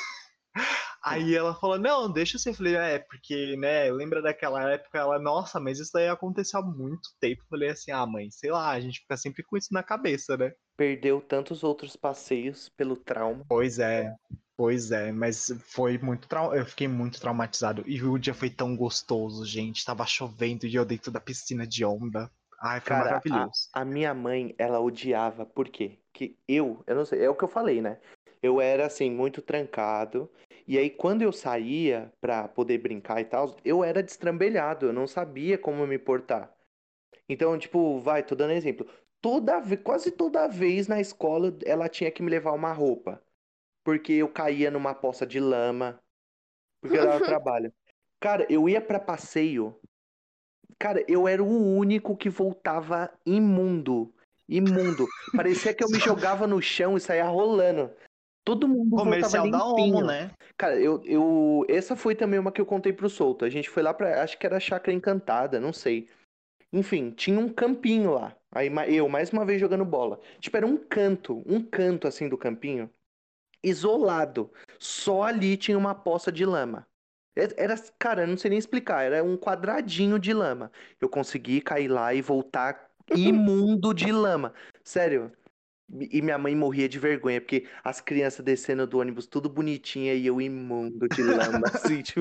Aí ela falou, não, deixa assim. Eu falei, porque, né, lembra daquela época? Ela, nossa, mas isso daí aconteceu há muito tempo. Eu falei assim, mãe, sei lá, a gente fica sempre com isso na cabeça, né? perdeu tantos outros passeios pelo trauma. Pois é, mas foi muito eu fiquei muito traumatizado. E o dia foi tão gostoso, gente. Tava chovendo e eu dentro da piscina de onda. Ai, foi Cara, maravilhoso. a minha mãe, ela odiava, por quê? Que eu não sei, é o que eu falei, né? Eu era, assim, muito trancado, e aí quando eu saía pra poder brincar e tal, eu era destrambelhado, eu não sabia como me portar. Então, tipo, tô dando exemplo. Quase toda vez na escola, ela tinha que me levar uma roupa, porque eu caía numa poça de lama, porque eu dava trabalho. Cara, eu ia pra passeio. Cara, eu era o único que voltava imundo. Imundo. Parecia que eu me Só jogava no chão e saía rolando. Todo mundo voltava comercial da Omo, limpinho. né? Cara, essa foi também uma que eu contei pro Souto. A gente foi lá pra. Acho que era Chácara Encantada, não sei. Enfim, tinha um campinho lá. Aí eu, mais uma vez, jogando bola. Tipo, era um canto assim do campinho, isolado. Só ali tinha uma poça de lama. Era, cara, eu não sei nem explicar, era um quadradinho de lama. Eu consegui cair lá e voltar imundo de lama. Sério. E minha mãe morria de vergonha, porque as crianças descendo do ônibus tudo bonitinha e eu imundo de lama, assim, tipo.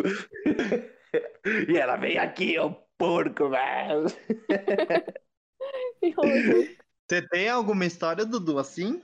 E ela vem aqui, ô porco, velho. Que rolê. Você tem alguma história, Dudu, assim?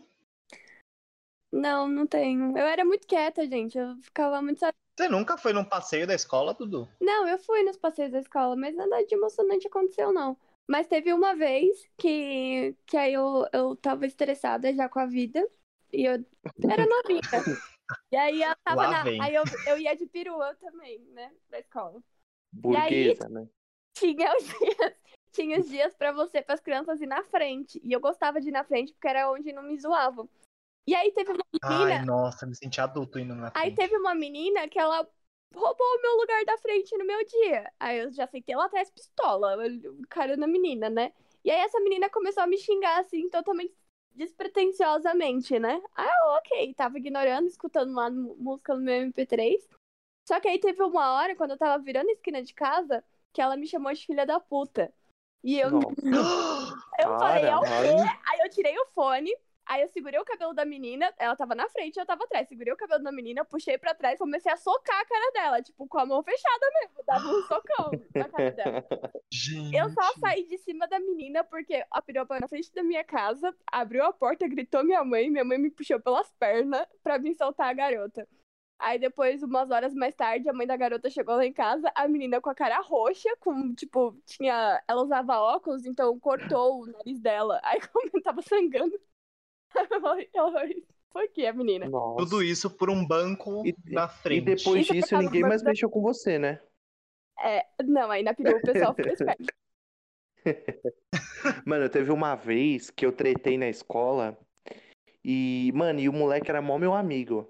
Não, não tenho. Eu era muito quieta, gente. Eu ficava muito. Você nunca foi num passeio da escola, Dudu? Não, eu fui nos passeios da escola, mas nada de emocionante aconteceu, não. Mas teve uma vez que aí eu tava estressada já com a vida. E eu era novinha. E aí eu tava Lá vem. Aí eu ia de perua também, né? Pra escola. E aí Burguesa, né? tinha os dias, tinha os dias pra você, pras crianças ir na frente. E eu gostava de ir na frente porque era onde não me zoavam. E aí teve uma Ai, menina. nossa, me senti adulto indo na Aí frente. teve uma menina que ela roubou o meu lugar da frente no meu dia. Aí eu já sentei lá atrás pistola, o cara na menina, né? E aí essa menina começou a me xingar assim, totalmente despretensiosamente, né? Ah, ok, tava ignorando, escutando lá música no meu MP3. Só que aí teve uma hora, quando eu tava virando a esquina de casa, que ela me chamou de filha da puta. E eu falei, Para, o quê? mano. Aí eu tirei o fone, aí eu segurei o cabelo da menina, ela tava na frente, eu tava atrás. Segurei o cabelo da menina, puxei pra trás, comecei a socar a cara dela, tipo, com a mão fechada mesmo. Dava um socão na cara dela. Eu só Gente. saí de cima da menina porque a perua parou na frente da minha casa, abriu a porta, gritou minha mãe me puxou pelas pernas pra vir soltar a garota. Aí depois, umas horas mais tarde, a mãe da garota chegou lá em casa, a menina com a cara roxa, com, tipo, ela usava óculos, então cortou o nariz dela. Aí como tava sangrando, ela foi que a menina. Nossa. Tudo isso por um banco na E frente. depois Isso por disso, causa ninguém do mais banco da- mexeu com você, né? Não, aí na perua o pessoal ficou esperto. Mano, teve uma vez que eu tretei na escola e, mano, e o moleque era mó meu amigo.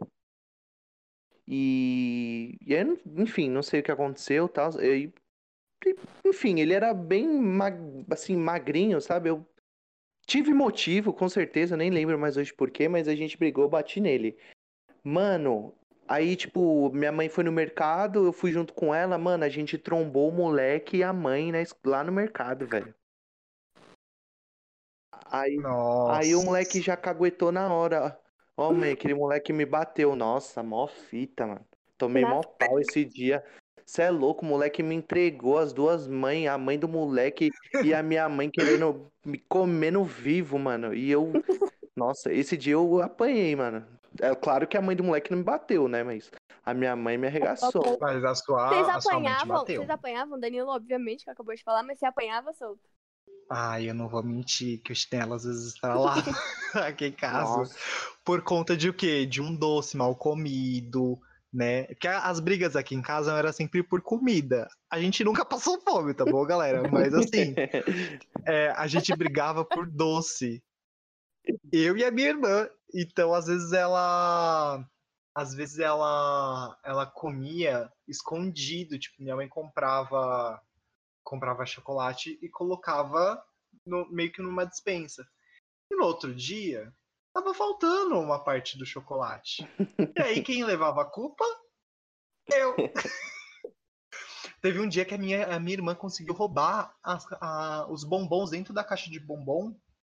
E aí, enfim, não sei o que aconteceu, tal. Enfim, ele era bem assim, magrinho, sabe? Eu tive motivo, com certeza, eu nem lembro mais hoje por quê, mas a gente brigou, eu bati nele. Mano, aí, tipo, minha mãe foi no mercado, eu fui junto com ela, mano, a gente trombou o moleque e a mãe lá no mercado, velho. Aí o Nossa. moleque já caguetou na hora. Ó, mãe, aquele moleque me bateu. Nossa, mó fita, mano. Tomei mó pau esse dia. Cê é louco, o moleque me entregou as duas mães, a mãe do moleque e a minha mãe querendo me comendo vivo, mano. E eu, nossa, esse dia eu apanhei, mano. É claro que a mãe do moleque não me bateu, né? Mas a minha mãe me arregaçou. Mas a Vocês sua mãe te bateu. Vocês apanhavam, Danilo, obviamente, que acabou de falar, mas você apanhava, solto. Ai, eu não vou mentir que o chinelo às vezes está lá aqui em casa. Nossa. Por conta de o quê? De um doce mal comido, né? Porque as brigas aqui em casa eram sempre por comida. A gente nunca passou fome, tá bom, galera? Mas assim, a gente brigava por doce. Eu e a minha irmã. Então, às vezes ela comia escondido. Tipo, minha mãe comprava chocolate e colocava meio que numa despensa. E no outro dia, tava faltando uma parte do chocolate. E aí, quem levava a culpa? Eu. Teve um dia que a minha irmã conseguiu roubar os bombons dentro da caixa de bombom.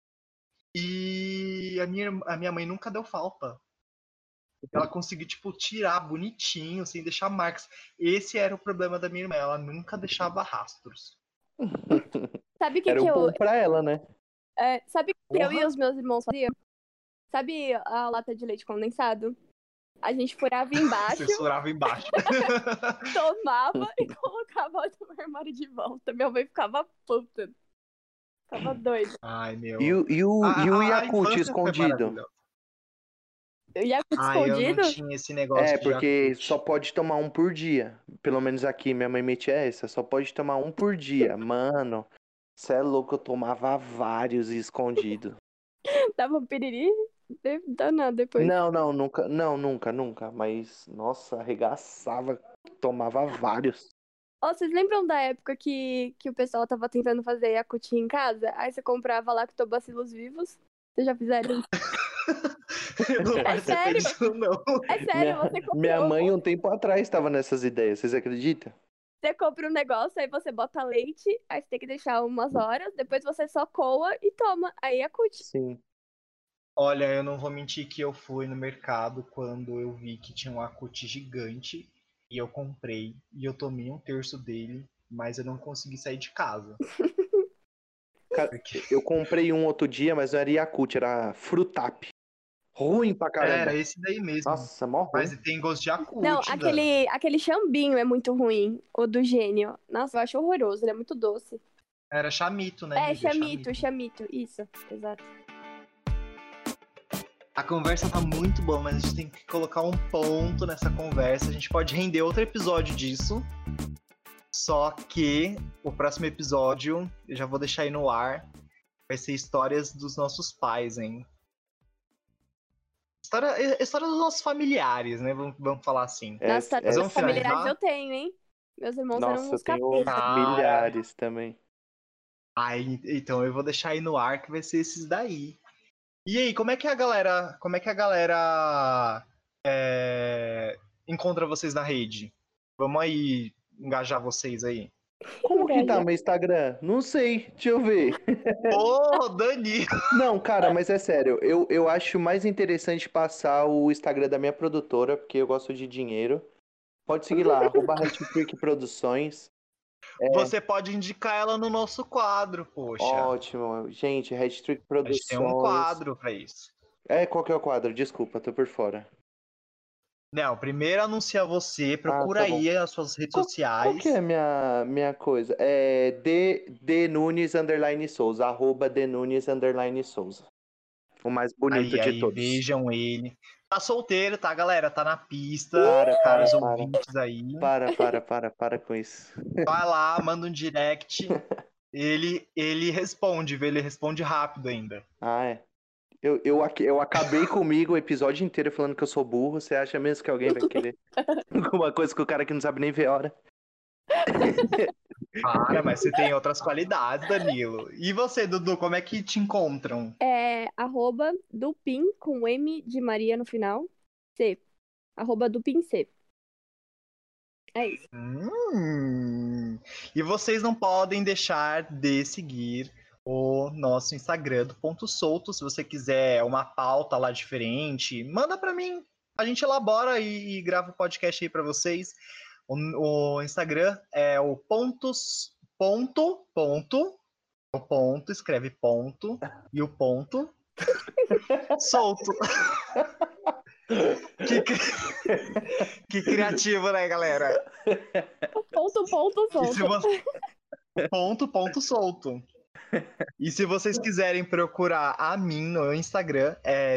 E a minha mãe nunca deu falta. Ela conseguiu, tipo, tirar bonitinho, sem deixar marcas. Esse era o problema da minha irmã. Ela nunca deixava rastros. Sabe o que Era que o eu... bom pra ela, né? sabe o que eu e Porra. os meus irmãos faziam? Sabe a lata de leite condensado? A gente furava embaixo, Censurava embaixo. tomava e colocava no armário de volta. Minha mãe ficava puta. Ficava doida. Ai, meu. E o A Yakult infância foi escondido? maravilhosa. Eu ia Ai, eu não escondido? tinha esse negócio de Porque Yakult. só pode tomar um por dia. Pelo menos aqui, minha mãe metia essa. Só pode tomar um por dia. Mano, cê é louco, eu tomava vários escondido. Dava um piriri? Danado depois. Não, nunca. Mas, nossa, arregaçava, tomava vários. Ó, vocês lembram da época que o pessoal tava tentando fazer Yakult em casa? Aí você comprava lactobacilos vivos? Vocês já fizeram isso? Eu não participei sério? disso, não. É sério, você Minha comprou. mãe, um tempo atrás, estava nessas ideias, vocês acreditam? Você compra um negócio, aí você bota leite, aí você tem que deixar umas horas, depois você só coa e toma. Aí é Yakult. Sim. Olha, eu não vou mentir que eu fui no mercado quando eu vi que tinha um Yakult gigante e eu comprei e eu tomei um terço dele, mas eu não consegui sair de casa. Cara, Porque... eu comprei um outro dia, mas não era Yakult, era Frutap. Ruim pra caramba. Era esse daí mesmo. Nossa, mó ruim. Mas tem gosto de Yakult, Não, velho. aquele chambinho é muito ruim, o do Gênio. Nossa, eu acho horroroso, ele é muito doce. Era chamito, né? É, amiga? chamito, isso, exato. A conversa tá muito boa, mas a gente tem que colocar um ponto nessa conversa. A gente pode render outro episódio disso. Só que o próximo episódio, eu já vou deixar aí no ar, vai ser histórias dos nossos pais, hein? História dos nossos familiares, né? Vamos falar assim. Nossa, Mas vamos familiares finalizar? eu tenho, hein? Meus irmãos eram Nossa, eu uns tenho capeta. milhares também. Ai, então eu vou deixar aí no ar que vai ser esses daí. E aí, como é que a galera encontra vocês na rede? Vamos aí engajar vocês aí. Como que tá meu Instagram? Não sei, deixa eu ver. Ô, Dani! Não, cara, mas é sério, eu acho mais interessante passar o Instagram da minha produtora, porque eu gosto de dinheiro. Pode seguir lá, @Hattrick Produções. Você pode indicar ela no nosso quadro, poxa. Ótimo. Gente, Hattrick A gente tem um Produções. quadro pra isso. Qual que é o quadro? Desculpa, tô por fora. Não, primeiro anuncia você, procura tá bom. aí as suas redes Qual sociais. que é a minha coisa? É @Nunes_Souza. @Nunes_Souza. O mais bonito de Aí todos. vejam ele. Tá solteiro, tá, galera? Tá na pista. Para Caros ouvintes aí. para com isso. Vai lá, manda um direct. Ele responde, viu? Ele responde rápido ainda. Ah, é. Eu acabei comigo o episódio inteiro falando que eu sou burro. Você acha mesmo que alguém vai querer alguma coisa com o cara que não sabe nem ver a hora? Para, mas você tem outras qualidades, Danilo. E você, Dudu, como é que te encontram? É @Dupin, com M de Maria no final, C. @DupinC. É isso. E vocês não podem deixar de seguir o nosso Instagram do Ponto Solto. Se você quiser uma pauta lá diferente, manda pra mim. A gente elabora e grava o podcast aí pra vocês. O Instagram é o escreve ponto, e o ponto solto. Que criativo, né, galera? Ponto E se solto. você... ponto solto. E se vocês quiserem procurar a mim no Instagram, é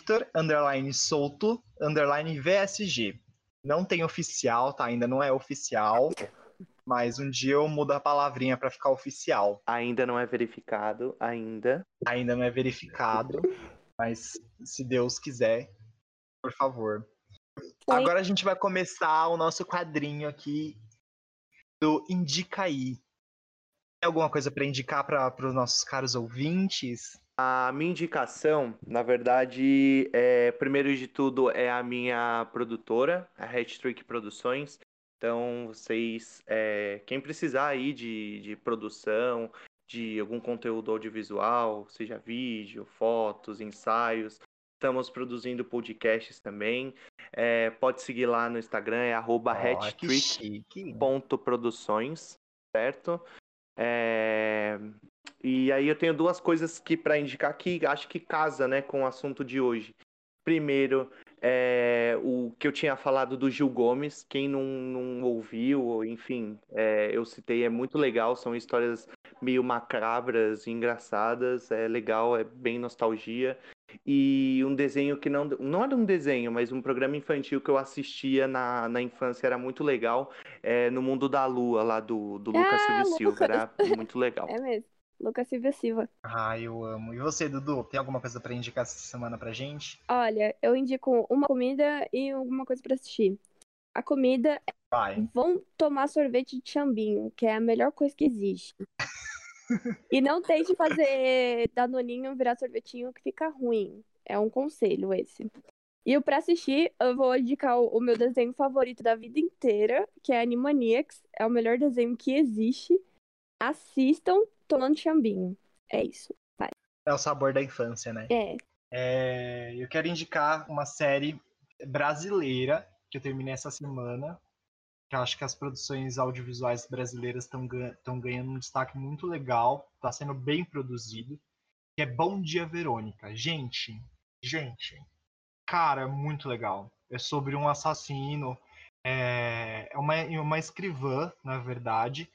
Victor_Solto_VSG. Não tem oficial, tá? Ainda não é oficial. Mas um dia eu mudo a palavrinha pra ficar oficial. Ainda não é verificado, ainda. Ainda não é verificado. Mas se Deus quiser, por favor. Oi. Agora a gente vai começar o nosso quadrinho aqui do Indica aí. Tem alguma coisa para indicar para os nossos caros ouvintes? A minha indicação, na verdade, primeiro de tudo, é a minha produtora, a Hattrick Produções. Então, vocês, quem precisar aí de produção, de algum conteúdo audiovisual, seja vídeo, fotos, ensaios, estamos produzindo podcasts também. Pode seguir lá no Instagram, é @Hattrick.produções, certo? E aí eu tenho duas coisas que para indicar que acho que casa, né, com o assunto de hoje. Primeiro, o que eu tinha falado do Gil Gomes. Quem não ouviu, enfim, eu citei, é muito legal. São histórias meio macabras, engraçadas, é legal, é bem nostalgia. E um desenho que não era um desenho, mas um programa infantil que eu assistia na infância, era muito legal, No Mundo da Lua, lá do Lucas Silva Silva, era muito legal. É mesmo. Lucas Silva. Ah, eu amo. E você, Dudu, tem alguma coisa para indicar essa semana pra gente? Olha, eu indico uma comida e alguma coisa pra assistir. A comida Vai. vão tomar sorvete de chambinho, que é a melhor coisa que existe. E não tente fazer danoninho virar sorvetinho, que fica ruim. É um conselho esse. E pra assistir, eu vou indicar o meu desenho favorito da vida inteira, que é Animaniacs. É o melhor desenho que existe. Assistam tomando chambinho. É isso. Vai. É o sabor da infância, né? Eu quero indicar uma série brasileira que eu terminei essa semana, que eu acho que as produções audiovisuais brasileiras estão ganhando um destaque muito legal, está sendo bem produzido, que é Bom Dia, Verônica. Gente, cara, muito legal. É sobre um assassino, é uma escrivã, na verdade,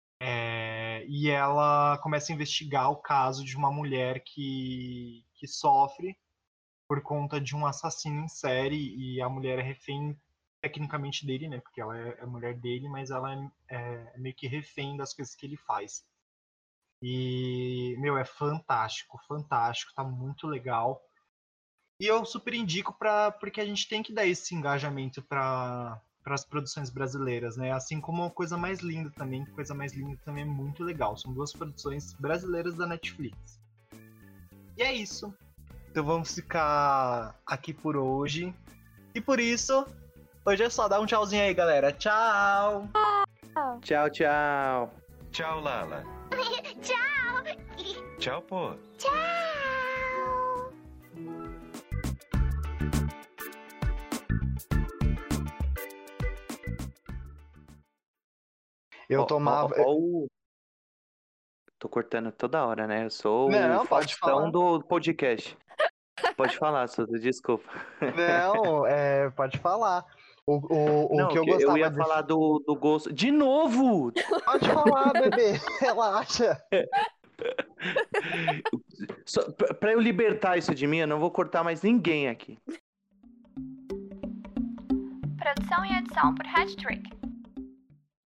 e ela começa a investigar o caso de uma mulher que sofre por conta de um assassino em série, e a mulher é refém tecnicamente dele, né? Porque ela é a mulher dele, mas ela é meio que refém das coisas que ele faz. E, meu, é fantástico, tá muito legal. E eu super indico porque a gente tem que dar esse engajamento para as produções brasileiras, né? Assim como a Coisa Mais Linda também, que Coisa Mais Linda também é muito legal. São duas produções brasileiras da Netflix. E é isso. Então vamos ficar aqui por hoje. E por isso, hoje é só dar um tchauzinho aí, galera. Tchau! Tchau, tchau. Tchau, Lala. Tchau. Tchau, pô. Tchau. Eu tomava. Tô cortando toda hora, né? Eu sou Não, o pode Faustão do podcast. Pode falar, Suzy, desculpa. Não, pode falar. O Não, que eu eu gostava ia de... falar do gosto. De novo! Pode falar, bebê. Relaxa. Pra eu libertar isso de mim, eu não vou cortar mais ninguém aqui. Produção e edição por Hattrick.